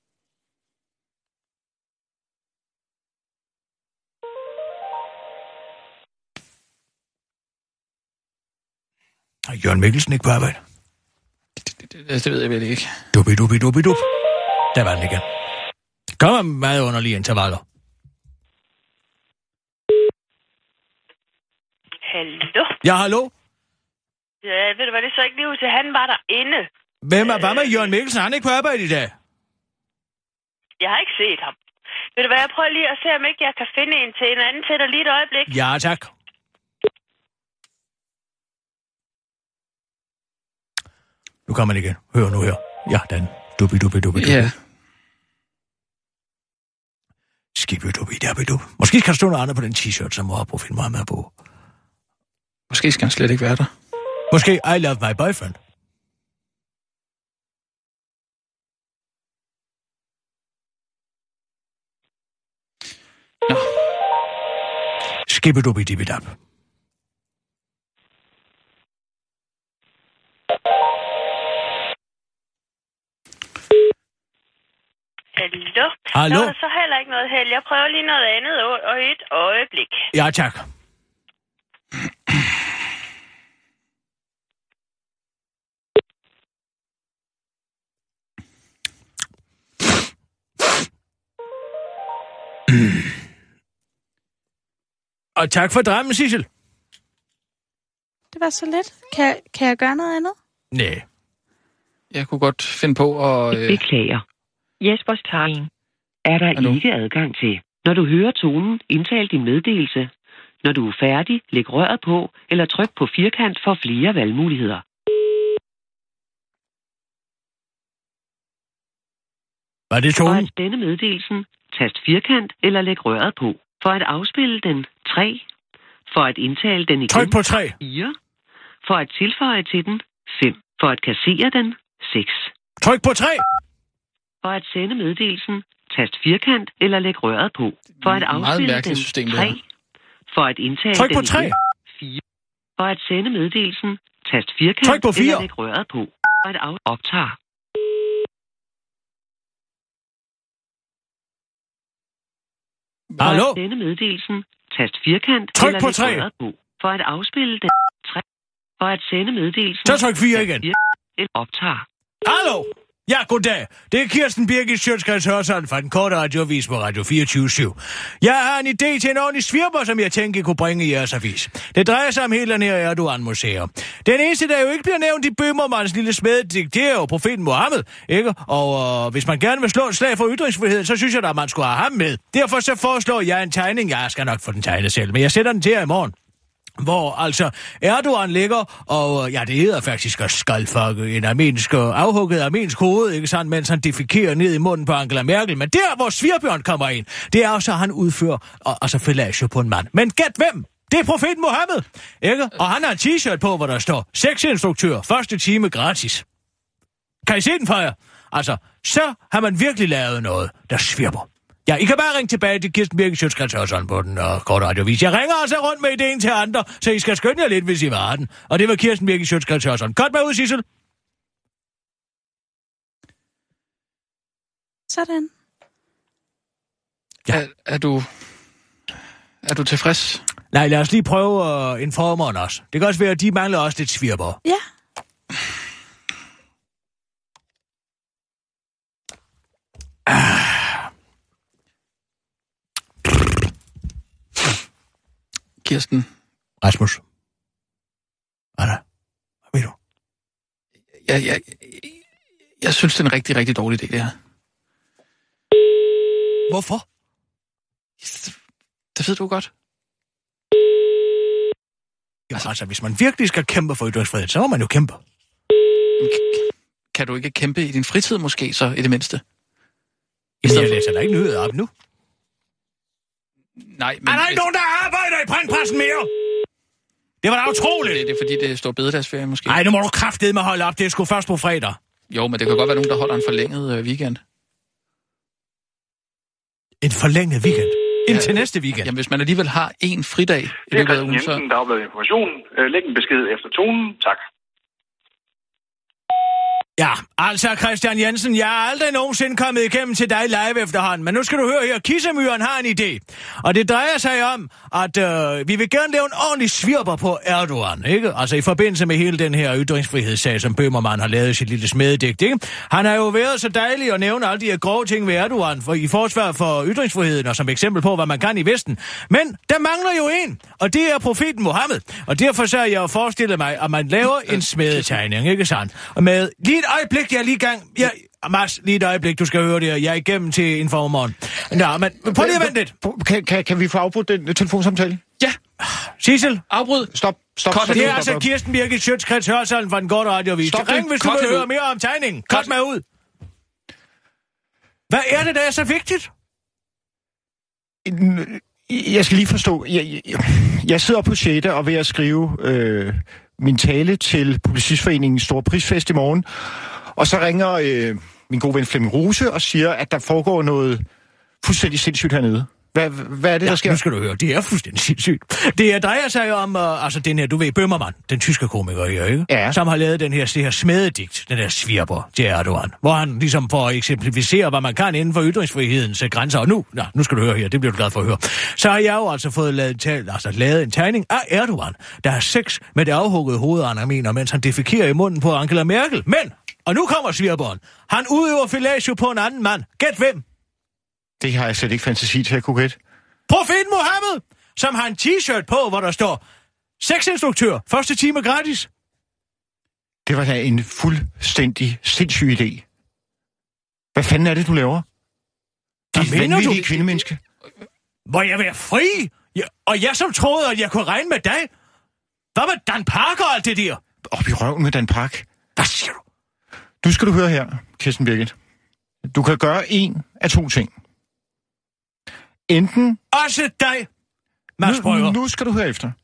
Er Jørgen Mikkelsen ikke på arbejde? Det, det, det, det ved jeg vel ikke. Dubi, dubi, dubi, dup. Der var den igen. Det kommer meget underlige intervaller. Hallo? Ja, hallo? Ja, ved du hvad, det så ikke lige ud til, han var derinde. Hvem er, hvad med Jørgen Mikkelsen? Han er ikke på arbejde i dag. Jeg har ikke set ham. Ved du hvad, jeg prøver lige at se, om ikke jeg kan finde en til en anden til dig lige et øjeblik. Ja, tak. Nu kommer han igen. Hør nu her. Ja, den. Dubi, dubi, dubi, dubi. Ja. Skibi, dubi, dubi, dubi. Måske skal der stå noget andet på den t-shirt, som må have profil meget med på. Måske skal han slet ikke være der. Måske I love my boyfriend. Nå. Skibi, dubi, dubi, dubi. Hallo? Hallo? Nå, der er så heller ikke noget held. Jeg prøver lige noget andet og et øjeblik. Ja, tak. Og tak for drømmen, Sissel. Det var så let. Kan, kan jeg gøre noget andet? Nej. Jeg kunne godt finde på at... Øh... Beklager. Jespers tegn er der Hallo? ikke adgang til. Når du hører tonen, indtal din meddelelse. Når du er færdig, læg røret på, eller tryk på firkant for flere valgmuligheder. Var det For tonen? at denne meddelelsen, tast firkant eller læg røret på. For at afspille den tre. For at indtale den igen. Tryk på tre. fire. For at tilføje til den. fem. For at kassere den. seks. Tryk på tre. For at sende meddelelsen. Tast firkant eller læg røret på. For at afspille den. System, tre. For at indtale Tryk den på tre. igen. fire. For at sende meddelelsen. Tast firkant Tryk på fire. eller læg røret på. For at af- optage. For Hallo? at sende meddelelsen. Tast firkant Tryk eller på læg tre. røret på. For at afspille den. tre. For at sende meddelelsen. Så tryk fire igen. Eller optage. Hallo? Ja, goddag. Det er Kirsten Birgit Schøtz-Krets Hørsholm fra den korte radioavis på Radio fireogtyve syv. Jeg har en idé til en ordentlig svirper, som jeg tænker I kunne bringe i jeres avis. Det drejer sig om hele den her Erdogan-museum. Den eneste, der jo ikke bliver nævnt i Bøhmermanns lille smededigt, det er jo profeten Mohammed, ikke? Og øh, hvis man gerne vil slå et slag for ytringsfriheden, så synes jeg da, at man skulle have ham med. Derfor så foreslår jeg en tegning. Jeg skal nok få den tegnet selv, men jeg sætter den til jer i morgen. Hvor altså Erdogan ligger, og ja, det hedder faktisk at skalfakke en armensk, afhugget armensk hoved, ikke sandt, mens han defekerer ned i munden på Angela Merkel. Men der, hvor Svirbjørn kommer ind, det er også, at han udfører, og, altså fellatio på en mand. Men gæt hvem? Det er profeten Mohammed, ikke? Og han har en t-shirt på, hvor der står, sexinstruktør, første time gratis. Kan I se den for jer? Altså, så har man virkelig lavet noget, der svirper. Ja, I kan bare ringe tilbage til Kirsten Birgit Schøtz-Krets Hørsholm på den uh, korte radiovis. Jeg ringer altså rundt med ideen til andre, så I skal skynde jer lidt, hvis I var den. Og det var Kirsten Birgit Schøtz-Krets Hørsholm. Godt med ud, Sissel. Sådan. Ja. Er, er du... Er du tilfreds? Nej, lad os lige prøve uh, informeren også. Det kan også være, at de mangler også lidt svirper. Ja. Ah. Kirsten. Rasmus. Hvad er der? Hvad ved du? Jeg, jeg, jeg synes, det er en rigtig, rigtig dårlig idé, det her. Hvorfor? Det, det ved du godt. Jamen, altså, hvis man virkelig skal kæmpe for ytringsfrihed, så må man jo kæmpe. Kan du ikke kæmpe i din fritid måske, så i det mindste? Jamen, jeg læser da ikke nyheder op nu. Nej, men... Er der ikke nogen, der arbejder i printpressen mere? Det var da utroligt. Det, det er fordi, det står bededagsferie måske. Nej, nu må du kraftedeme holde op. Det er sgu først på fredag. Jo, men det kan godt være nogen, der holder en forlænget øh, weekend. En forlænget weekend? Indtil ja, næste weekend? Jamen, hvis man alligevel har en fridag i løbet af ugen, så... Det er Jensen, Dagbladet Information. Læg en besked efter tonen. Tak. Ja, altså Christian Jensen, jeg er aldrig nogensinde kommet igennem til dig live efterhånden, men nu skal du høre her, Kissemyren har en idé. Og det drejer sig om, at øh, vi vil gerne lave en ordentlig svirper på Erdogan, ikke? Altså i forbindelse med hele den her ytringsfrihedssag, som Bøhmermann har lavet i sit lille smededigt, ikke? Han har jo været så dejlig at nævne alle de her grove ting ved Erdogan for, i forsvar for ytringsfriheden, og som eksempel på, hvad man kan i Vesten. Men der mangler jo en, og det er profeten Mohammed. Og derfor så har jeg jo forestillet mig, at man laver en smedetegning, ikke sandt? Og med lige et øjeblik, jeg er lige i gang. Jeg, Mads, lige et øjeblik, du skal høre det her. Jeg er igennem til informeren. Nå, men prøv lige at vente lidt. Kan, kan, kan vi få afbrudt den telefonsamtale? Ja. Sissel? Afbryd. Stop. Stop. Kort, det er altså Kirsten Birgit Schøtz-Krets Hørsholm fra den korte radioavis. Stop. Ring, hvis du vil høre mere om tegningen. Kort mig ud. Hvad er det, der er så vigtigt? Jeg skal lige forstå. Jeg, jeg, jeg sidder på sjette og ved at skrive øh, min tale til Publicistforeningens store prisfest i morgen. Og så ringer øh, min gode ven Flemming Ruse og siger, at der foregår noget fuldstændig sindssygt hernede. Hvad, hvad er det, ja, der sker? Nu skal du høre, det er fuldstændig sindssygt. Det drejer sig om, uh, altså den her, du ved, Bøhmermann, den tyske komiker her, ikke? Ja. Som har lavet den her, det her smededigt, den der svirper til Erdogan, hvor han ligesom for at eksemplificere, hvad man kan inden for ytringsfrihedens grænser. Og nu, ja, nu skal du høre her, det bliver du glad for at høre. Så har jeg jo altså fået lavet, altså, lavet en tegning af Erdogan, der har sex med det afhuggede hoved af en armener, mens han defekerer i munden på Angela Merkel. Men, og nu kommer svirperen, han udøver fellatio på en anden mand. Gæt hvem? Det har jeg slet ikke fantasi til at kunne gætte. Profeten Mohammed, som har en t-shirt på, hvor der står sexinstruktør, første time gratis. Det var da en fuldstændig sindssyg idé. Hvad fanden er det, du laver? Dit vanvittige kvindemenneske. Må jeg være fri? Ja, og jeg som troede, at jeg kunne regne med dig. Hvad med Dan Park og alt det der? Op i røven med Dan Park. Hvad siger du? Du skal du høre her, Kirsten Birgit. Du kan gøre en af to ting. Enten... Også dig, Mads Brygger. Nu, nu skal du høre efter.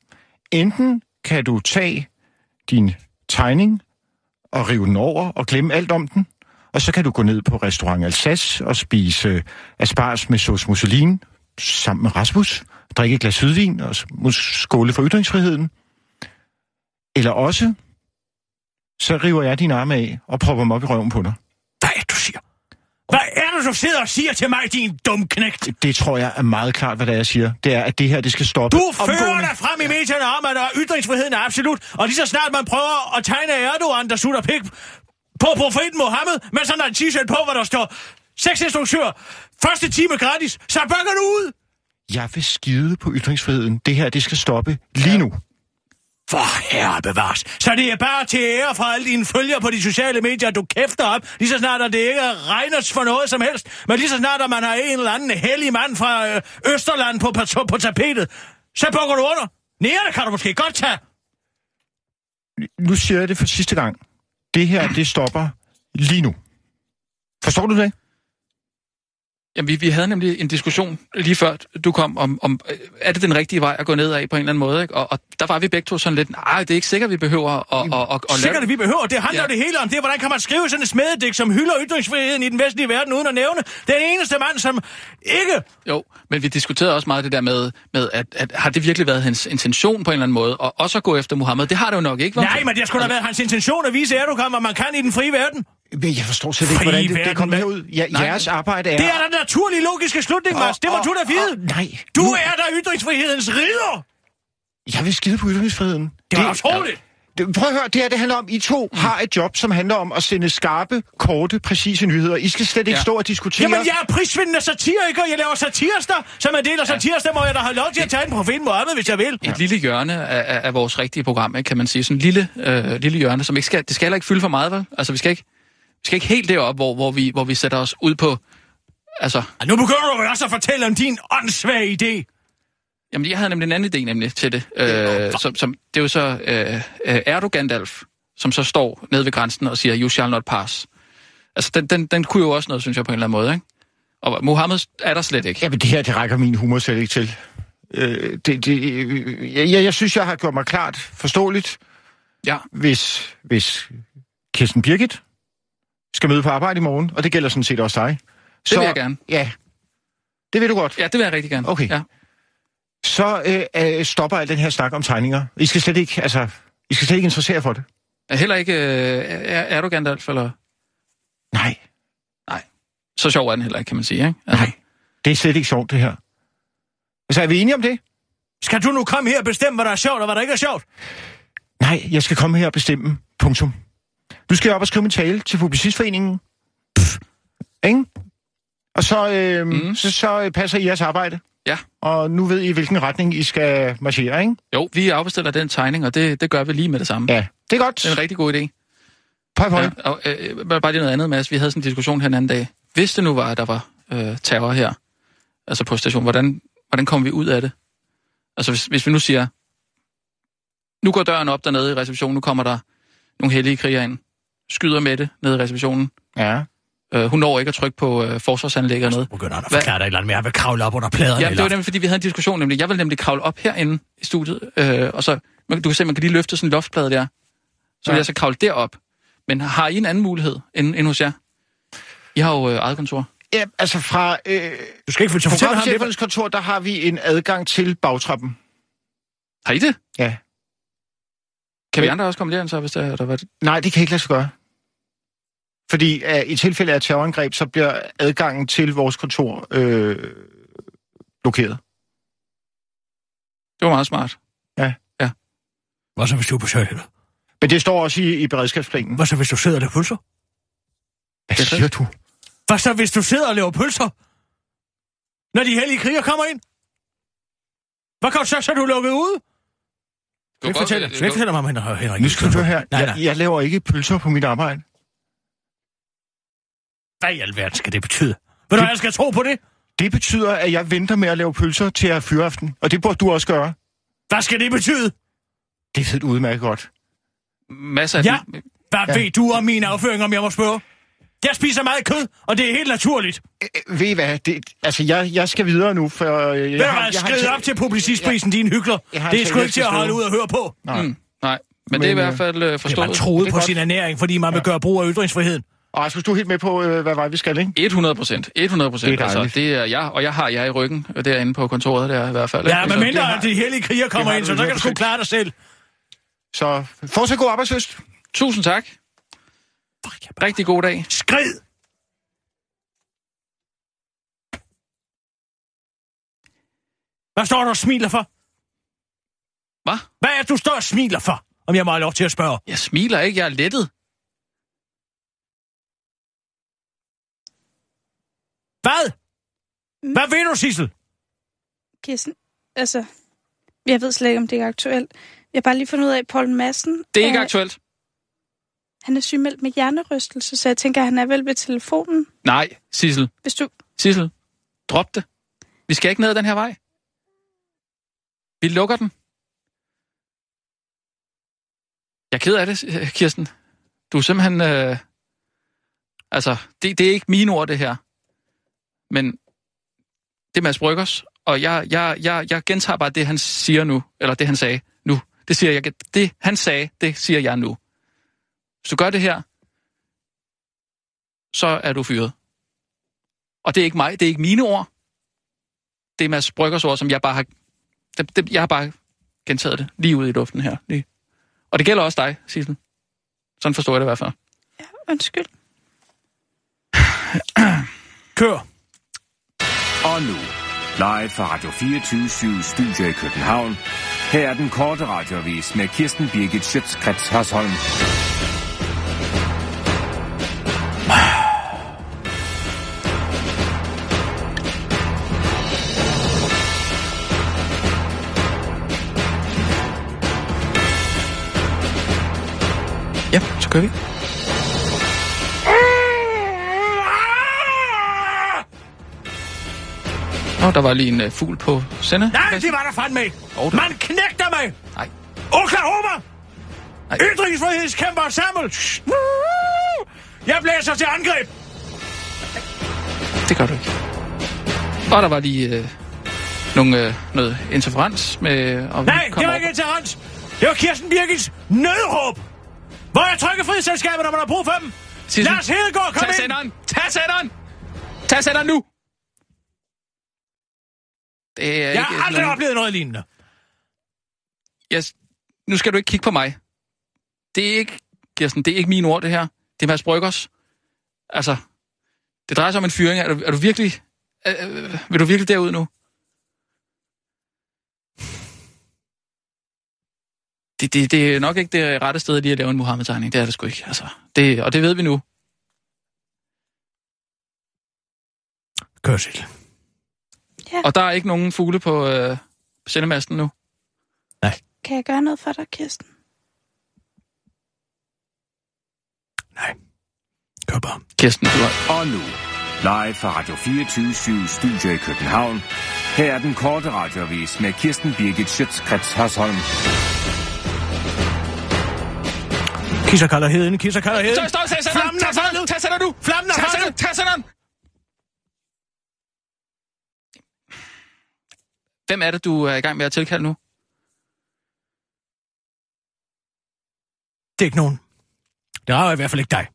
enten kan du tage din tegning og rive den over og glemme alt om den, og så kan du gå ned på restaurant Alsace og spise asparges med sauce mousseline sammen med Rasmus, drikke et glas hvidvin og skåle for ytringsfriheden. Eller også, så river jeg dine arme af og propper dem op i røven på dig. Hvad er det, du siger? Hvad er det, du sidder og siger til mig, din dumknægt? Det, det tror jeg er meget klart, hvad det er, jeg siger. Det er, at det her, det skal stoppe. Du fører dig frem i medierne om, at ytringsfriheden er absolut, og lige så snart man prøver at tegne Erdogan, der sutter pik på profeten Mohammed, men sådan en t-shirt på, hvor der står sexinstruktør, første time gratis, så bøkker du ud! Jeg vil skide på ytringsfriheden. Det her, det skal stoppe lige nu. For herre bevares. Så det er bare til ære for alle dine følgere på de sociale medier, du kæfter op, lige så snart, at det ikke regner for noget som helst, men lige så snart, at man har en eller anden hellig mand fra øh, Østerland på, på, på tapetet, så bukker du under. Nære kan du måske godt tage. Nu siger jeg det for sidste gang. Det her, det stopper lige nu. Forstår du det? Jamen, vi, vi havde nemlig en diskussion lige før du kom om, om, er det den rigtige vej at gå ned af på en eller anden måde, ikke? Og, og der var vi begge to sådan lidt, nej, det er ikke sikkert, vi behøver at, at, at, at sikkert, at vi behøver. Det handler ja. det hele om. Det er, hvordan kan man skrive sådan en smededigt, som hylder ytringsfriheden i den vestlige verden, uden at nævne den eneste mand, som ikke... Jo, men vi diskuterede også meget det der med, med at, at har det virkelig været hans intention på en eller anden måde, og også at gå efter Mohammed? Det har det jo nok ikke, Nej, men det skulle da været hans intention at vise Erdogan, hvad man kan i den frie verden. Men jeg forstår slet ikke, hvordan det, det kommer herud. Ja, jeres arbejde er... Det er den naturlige logiske slutning, Mads. Det må du da vide. Oh, nej. Du nu... er der ytringsfrihedens ridder. Jeg vil skide på ytringsfriheden. Det er utroligt. Det, prøv at høre, det her, det handler om, I to mm. har et job, som handler om at sende skarpe, korte, præcise nyheder. I skal slet ikke ja. stå og diskutere... Jamen, jeg er prisvindende satiriker. Jeg laver satirster. Som en del af ja. satirster må jeg da have lov til at tage en profeten Mohammed, hvis jeg vil. Et ja. lille hjørne af, af, af vores rigtige program, ikke, kan man sige. Sådan en lille, øh, lille hjørne, som ikke skal... Det skal heller ikke fylde for meget, vel? Altså, vi skal ikke... Vi skal ikke helt derop, hvor, hvor, vi, hvor vi sætter os ud på... Altså... Nu begynder du også at fortælle om din åndssvage idé. Jamen, jeg havde nemlig en anden idé nemlig til det. Øh, som, som, det er jo så øh, Erdogan-Dalf, som så står nede ved grænsen og siger, you shall not pass. Altså, den, den, den kunne jo også noget, synes jeg, på en eller anden måde, ikke? Og Mohammed er der slet ikke. Jamen, det her, det rækker min humor slet ikke til. Øh, det, det, jeg, jeg synes, jeg har gjort mig klart forståeligt, ja. hvis, hvis Kirsten Birgit skal møde på arbejde i morgen, og det gælder sådan set også dig. Det så, vil jeg gerne. Ja, det vil du godt. Ja, det vil jeg rigtig gerne. Okay. Ja. Så øh, øh, stopper al den her snak om tegninger. I skal slet ikke, altså, I skal slet ikke interessere for det. Heller ikke øh, Erdogan Dalf, eller? Nej. Nej. Så sjov er den heller ikke, kan man sige, ikke? Altså. Nej, det er slet ikke sjovt, det her. Så er vi enige om det? Skal du nu komme her og bestemme, hvad der er sjovt, og hvad der ikke er sjovt? Nej, jeg skal komme her og bestemme. Punktum. Du skal op og skrive min tale til Publicistforeningen. Pff. Ikke? Og så, øh, mm. så, så passer I jeres arbejde. Ja. Og nu ved I, hvilken retning I skal marchere, ikke? Jo, vi afbestiller den tegning, og det, det gør vi lige med det samme. Ja, det er godt. Det er en rigtig god idé. Pøj, pøj. Ja, og, øh, bare lige noget andet, Mads. Vi havde sådan en diskussion her en anden dag. Hvis det nu var, at der var øh, terror her, altså på stationen, hvordan, hvordan kommer vi ud af det? Altså, hvis, hvis vi nu siger, nu går døren op dernede i receptionen, nu kommer der nogle hellige krigere ind, skyder med det nede i receptionen. Ja. Uh, hun når ikke at trykke på uh, forsvarsanlæg og noget. Så begynder han at forklare dig et eller andet mere. Jeg vil kravle op under pladerne. Ja, det var nemlig, fordi vi havde en diskussion nemlig. Jeg vil nemlig kravle op herinde i studiet, uh, og så, du kan se, man kan lige løfte sådan en loftplade der. Så ja. vil jeg så kravle derop. Men har I en anden mulighed end, end hos jer? I har jo uh, eget kontor. Ja, altså fra... Øh, du skal ikke fortælle ham det. Fra kontor, der har vi en adgang til bagtrappen. Har I det? Ja. Kan vi andre også komme derind så, hvis der har været... Nej, det kan ikke lade sig gøre. Fordi uh, i tilfælde af terrorangreb, så bliver adgangen til vores kontor øh, blokeret. Det var meget smart. Ja. Ja. Hvad så, hvis du er på sjøhælder? Men det står også i, i beredskabsplanen. Hvad så, hvis du sidder og laver pølser? Hvad siger du? Hvad så, hvis du sidder og laver pølser? Når de hellige kriger kommer ind? Hvad kan du så, så er du lukket ude? Skal jeg fortælle, skal jeg fortælle mig, om Henrik? Nu skal du her. Nej, nej. Jeg, jeg laver ikke pølser på mit arbejde. Hvad i alverden skal det betyde? Ved du, jeg skal tro på det? Det betyder, at jeg venter med at lave pølser til at have fyraften. Og det burde du også gøre. Hvad skal det betyde? Det ved du udmærket godt. Masser af... Ja, hvad ja. ved du om min afføring, om jeg må spørge? Jeg spiser meget kød, og det er helt naturligt. Øh, ved I hvad? Det, altså, jeg, jeg skal videre nu, for... Øh, Ved du hvad, skriv op til Publicistprisen, din hykler. Det er sgu ikke til at holde ud og høre på. Nej, mm, nej. Men, men det er i hvert fald øh, forstået. Det er man troet på godt. sin ernæring, fordi man vil gøre brug af ytringsfriheden. Og Rasmus, du er helt med på, øh, hvad vej vi skal, ikke? hundrede procent. hundrede procent. Altså, det er jeg, og jeg har jeg i ryggen derinde på kontoret der i hvert fald. Ja, men mindre at de hellige kriger kommer ind, så så kan du sgu klare dig selv. Så fortsæt god arbejdsløst. Tusind tak. Rigtig god dag. Skrid! Hvad står du og smiler for? Hvad? Hvad er det, du står og smiler for, om jeg må have lov til at spørge? Jeg smiler ikke, jeg er lettet. Hvad? Hvad ved du, Sissel? Kirsten, altså, jeg ved slet ikke, om det er aktuelt. Jeg har bare lige fundet ud af, at Poul Madsen... Det er ikke er, aktuelt. Han er sygemeldt med hjernerystelse, så jeg tænker, at han er vel ved telefonen. Nej, Sissel. Hvis du... Sissel, drop det. Vi skal ikke ned ad den her vej. Vi lukker den. Jeg er ked af det, Kirsten. Du er simpelthen... Øh... Altså, det, det er ikke mine ord, det her. Men det er Mads Bryggers, og jeg, jeg, jeg, jeg gentager bare det, han siger nu, eller det, han sagde nu. Det siger jeg, det han sagde, det siger jeg nu. Hvis du gør det her, så er du fyret. Og det er ikke mig, det er ikke mine ord. Det er Mads Bryggers ord, som jeg bare har... Det, det, jeg har bare gentaget det lige ud i luften her. Lige. Og det gælder også dig, Sissel. Sådan forstår jeg det i hvert fald. Ja, undskyld. Kør. Og nu, live fra Radio fireogtyve syv Studio i København. Her er den korte radioavis med Kirsten Birgit Schøtz-Krets Hørsholm. Ja, så kører vi. Nå, oh, der var lige en uh, fugl på sender. Nej, det var der fandme ikke. Oh, Man knægter mig. Nej. Oklahoma. Nej. Ytringsfrihedskæmper sammen. Jeg blæser til angreb. Det gør du ikke. Og der var lige uh, nogle, uh, noget interferens med... Og Nej, det var ikke interferens. Det var Kirsten Birgits nødråb. Hvor er trykkefrihedsselskabet, når man har brug for dem? Sissel, Lars Hedegaard, kom tag ind. Senderen. Tag senderen. Tag senderen nu. Det er jeg ikke har aldrig noget... oplevet noget lignende. Yes. Nu skal du ikke kigge på mig. Det er ikke, Kirsten, det er ikke mine ord, det her. Det er Mads Bryggers. Altså, det drejer sig om en fyring. Er du, er du virkelig... Øh, vil du virkelig derud nu? Det, det, det er nok ikke det rette sted lige at lave en Muhammed-tegning. Det er det sgu ikke. Altså, det, og det ved vi nu. Kørsel. Ja. Og der er ikke nogen fugle på øh, sendemasten nu? Nej. Kan jeg gøre noget for dig, Kirsten? Nej. Kør bare. Kirsten, du har... Og nu, live fra Radio fireogtyve syv Studio i København. Her er den korte radioavis med Kirsten Birgit Schøtz-Krets Hørsholm. Kisser kalder heden, kisser kalder heden. Så stop, tag senderen, tag senderen, tag senderen nu. Flammen er tag senderen, tag senderen. Hvem er det, du er i gang med at tilkalde nu? Det er ikke nogen. Det er i hvert fald ikke dig.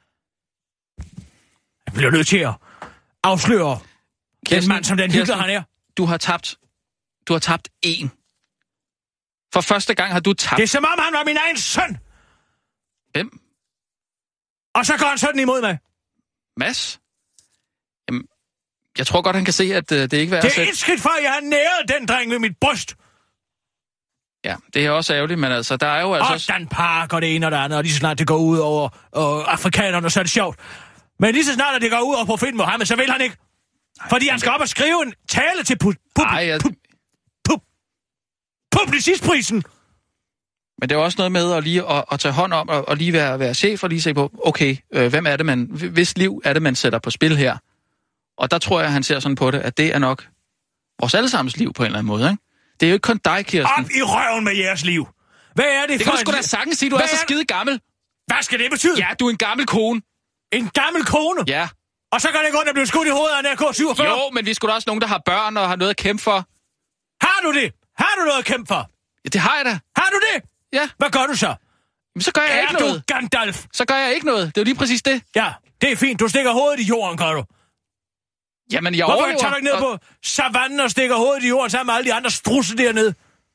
Jeg bliver nødt til at afsløre Kirsten, den mand, som den hyggelige han er. Du har tabt. Du har tabt én. For første gang har du tabt. Det er som om, han var min egen søn. Hvem? Og så går han sådan imod mig. Mads? Jamen, jeg tror godt, han kan se, at uh, det ikke er Det er et skridt for, at jeg har næret den dreng ved mit bryst. Ja, det er også ærgerligt, men altså, der er jo altså... Og Dan Park og det ene og det andet, og lige så snart det går ud over øh, afrikanerne, så er det sjovt. Men lige så snart, at det går ud over profeten Mohammed, så vil han ikke. Ej, fordi han skal op og skrive en tale til pu- pu- Ej, jeg... pu- pu- publicistprisen. Men det er også noget med at lige at, at tage hånd om og, og lige være, være chef og lige se på, okay, øh, hvem er det, man... Hvis liv er det, man sætter på spil her? Og der tror jeg, han ser sådan på det, at det er nok vores allesammens liv på en eller anden måde, ikke? Det er jo ikke kun dig, Kirsten. Op i røven med jeres liv. Hvad er det, det for kan du sgu da sagtens sige, du er, er så skide gammel. Hvad skal det betyde? Ja, du er en gammel kone. En gammel kone? Ja. Og så kan det godt at blive skudt i hovedet af en R K syvogfyrre? Jo, men vi skulle da også nogen, der har børn og har noget at kæmpe for. Har du det? Har du noget at kæmpe for? Ja, det har jeg da. Har du det? Ja. Hvad gør du så? Jamen, så gør jeg er ikke du noget. Gandalf? Så gør jeg ikke noget. Det er jo lige præcis det. Ja, det er fint. Du stikker hovedet i jorden, gør du. Jamen, jeg Hvorfor overlever. tager du ikke ned og... på savannen og stikker hovedet i jorden sammen med alle de andre strusse dernede?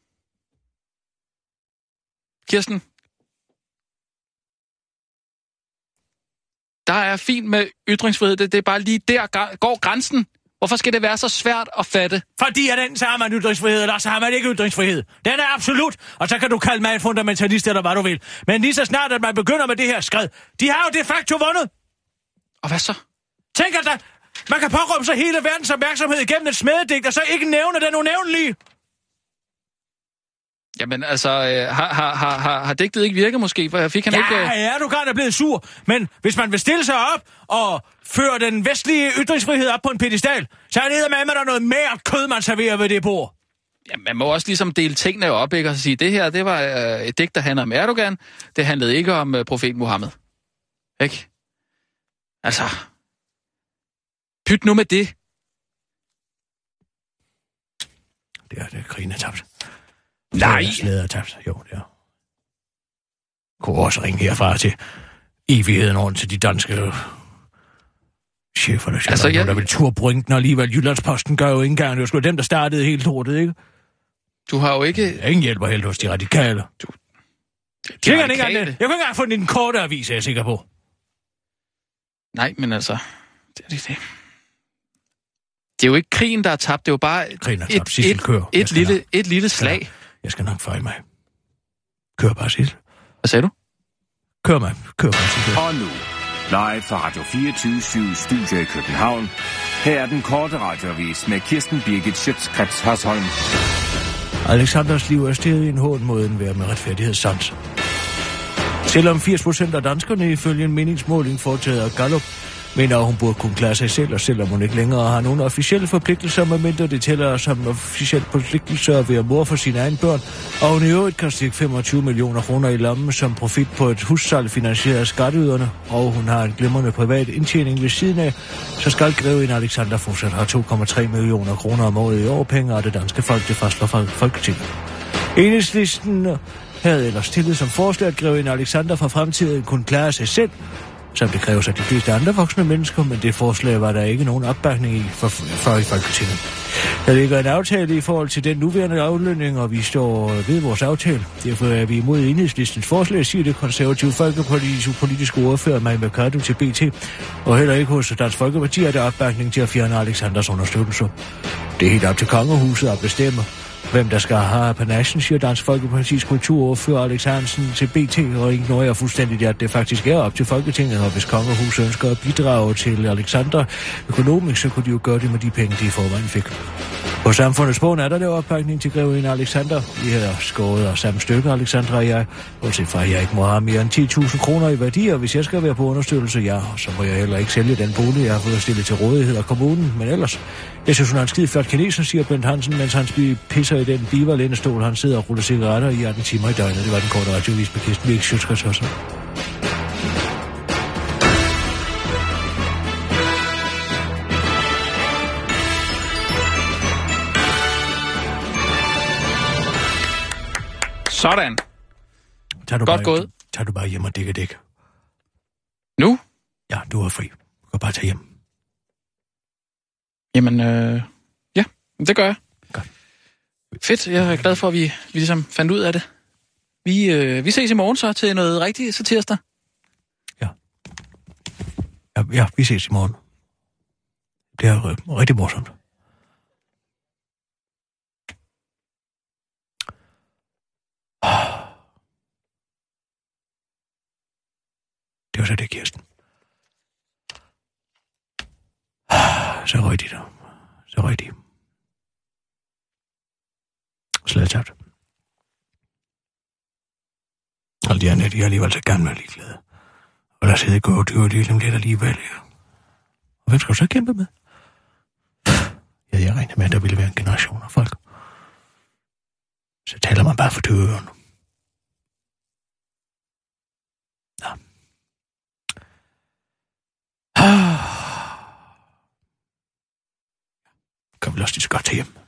Kirsten. Der er fint med ytringsfrihed. Det, det er bare lige der går grænsen. Hvorfor skal det være så svært at fatte? Fordi at enten så har man ytringsfrihed, eller så har man ikke ytringsfrihed. Den er absolut, og så kan du kalde mig en fundamentalist, eller hvad du vil. Men lige så snart, at man begynder med det her skred, de har jo de facto vundet. Og hvad så? Tænk, at der, man kan påråbe sig hele verdens opmærksomhed igennem et smædedigt, og så ikke nævne den unævnlige. Jamen, altså, øh, har, har, har, har digtet ikke virket måske? For fik han ja, ikke... Øh... Ja, du kan da blevet sur. Men hvis man vil stille sig op og føre den vestlige ytringsfrihed op på en pedestal, så er det med, at der er noget mere kød, man serverer ved det bord. Ja, man må også ligesom dele tingene op, ikke? Og sige, det her, det var øh, et digt, der handler om Erdogan. Det handlede ikke om øh, profeten Muhammed. Ikke? Altså... Pyt nu med det. Det er det, krigen er tabt. Nej. Slæder tabt. Jo, det er. Kunne også ringe herfra til evigheden rundt til de danske chefer, der, altså, jeg... der vil turbrynken, og alligevel Jyllandsposten gør jo ikke engang. Det var sgu dem, der startede helt lortet, ikke? Du har jo ikke... Ingen hjælper helt hos de radikale. Du... De de radikale... Ikke jeg kan ikke engang få den i den korte avis, er jeg sikker på. Nej, men altså... Det er det. Det er jo ikke krigen, der er tabt. Det er jo bare krigen er tabt. et, et, et, et, lille, nok... et lille slag. Ja, jeg skal nok fejle mig. Kør bare, Sissel. Hvad sagde du? Kør mig. Kør bare, Sissel. Og nu, live fra Radio fireogtyve syv Studio i København. Her er den korte radioavis med Kirsten Birgit Schøtz-Krets Hørsholm. Alexanders liv er steget i en hård måde en værd med retfærdighedssans. Selvom firs procent af danskerne ifølge en meningsmåling foretaget af Gallup mener, at hun burde kunne klare sig selv, og selvom hun ikke længere har nogen officielle forpligtelser, medmindre det tæller som officielle forpligtelser at være mor for sine egne børn, og hun i øvrigt kan stikke femogtyve millioner kroner i lommen som profit på et hussalg finansieret af skatteyderne, og hun har en glimrende privat indtjening ved siden af, så skal grevinde Alexander fortsat have to komma tre millioner kroner om året i årpenge, og det danske folk, det fastslår fra Folketinget. Enhedslisten havde ellers stillet som forslag, at grevinde Alexander fra fremtiden kunne klare sig selv, som det kræves af de fleste andre voksne mennesker, men det forslag var der ikke nogen opbakning i for, for i Folketinget. Der ligger en aftale i forhold til den nuværende aflønning, og vi står ved vores aftale. Derfor er vi imod Enhedslistens forslag, siger det konservative folkepartiske politiske ordfører Mai Mercado til B T, og heller ikke hos Dansk Folkeparti er der opbakning til at fjerne Alexanders understøttelse. Det er helt op til kongehuset at bestemme, hvem der skal have panachen, siger Dansk Folkepartis kulturordfører Alex Hansen til B T, og ignorerer fuldstændigt, at det faktisk er op til Folketinget, og hvis kongehuset ønsker at bidrage til Alexander økonomisk, så kunne de jo gøre det med de penge, de i forvejen fik. På Samfundets Bånd er der der opbakning til grevinde Alexander. Vi har skåret af samme stykke, Alexandra og jeg, bortset fra, at jeg ikke må have mere end ti tusind kroner i værdier, hvis jeg skal være på understøttelse, ja, så må jeg heller ikke sælge den bolig, jeg har fået stillet til rådighed af kommunen, men ellers... Jeg synes, hun er en skide flot kineser, siger Bent Hansen, mens han pisser i den biverlænestol, han sidder og ruller cigaretter i atten timer i døgnet. Det var den korte radiovis med Kirsten Birgit Schøtz-Krets også. Sådan. Tag du Godt bare, gået. Tag du bare hjem og dække dæk. Nu? Ja, du er fri. Du kan bare tage hjem. Jamen, øh, ja, det gør jeg. Godt. Fedt, jeg er glad for, at vi, vi ligesom fandt ud af det. Vi, øh, vi ses i morgen så til noget rigtigt så tirsdag. Ja. ja. Ja, vi ses i morgen. Det er øh, rigtig morsomt. Det var så det, Kirsten. Så røg de der. Så røg de. Slet tabt. Og de andre, de er alligevel så gamle og ligeglade. Og der sidder gå og dyr lige lidt alligevel. Ja. Og hvem skal du så kæmpe med? Ja, jeg regner med, at der ville være en generation af folk. Så taler man bare for døren. Ja. kan vel også lige så godt hjem.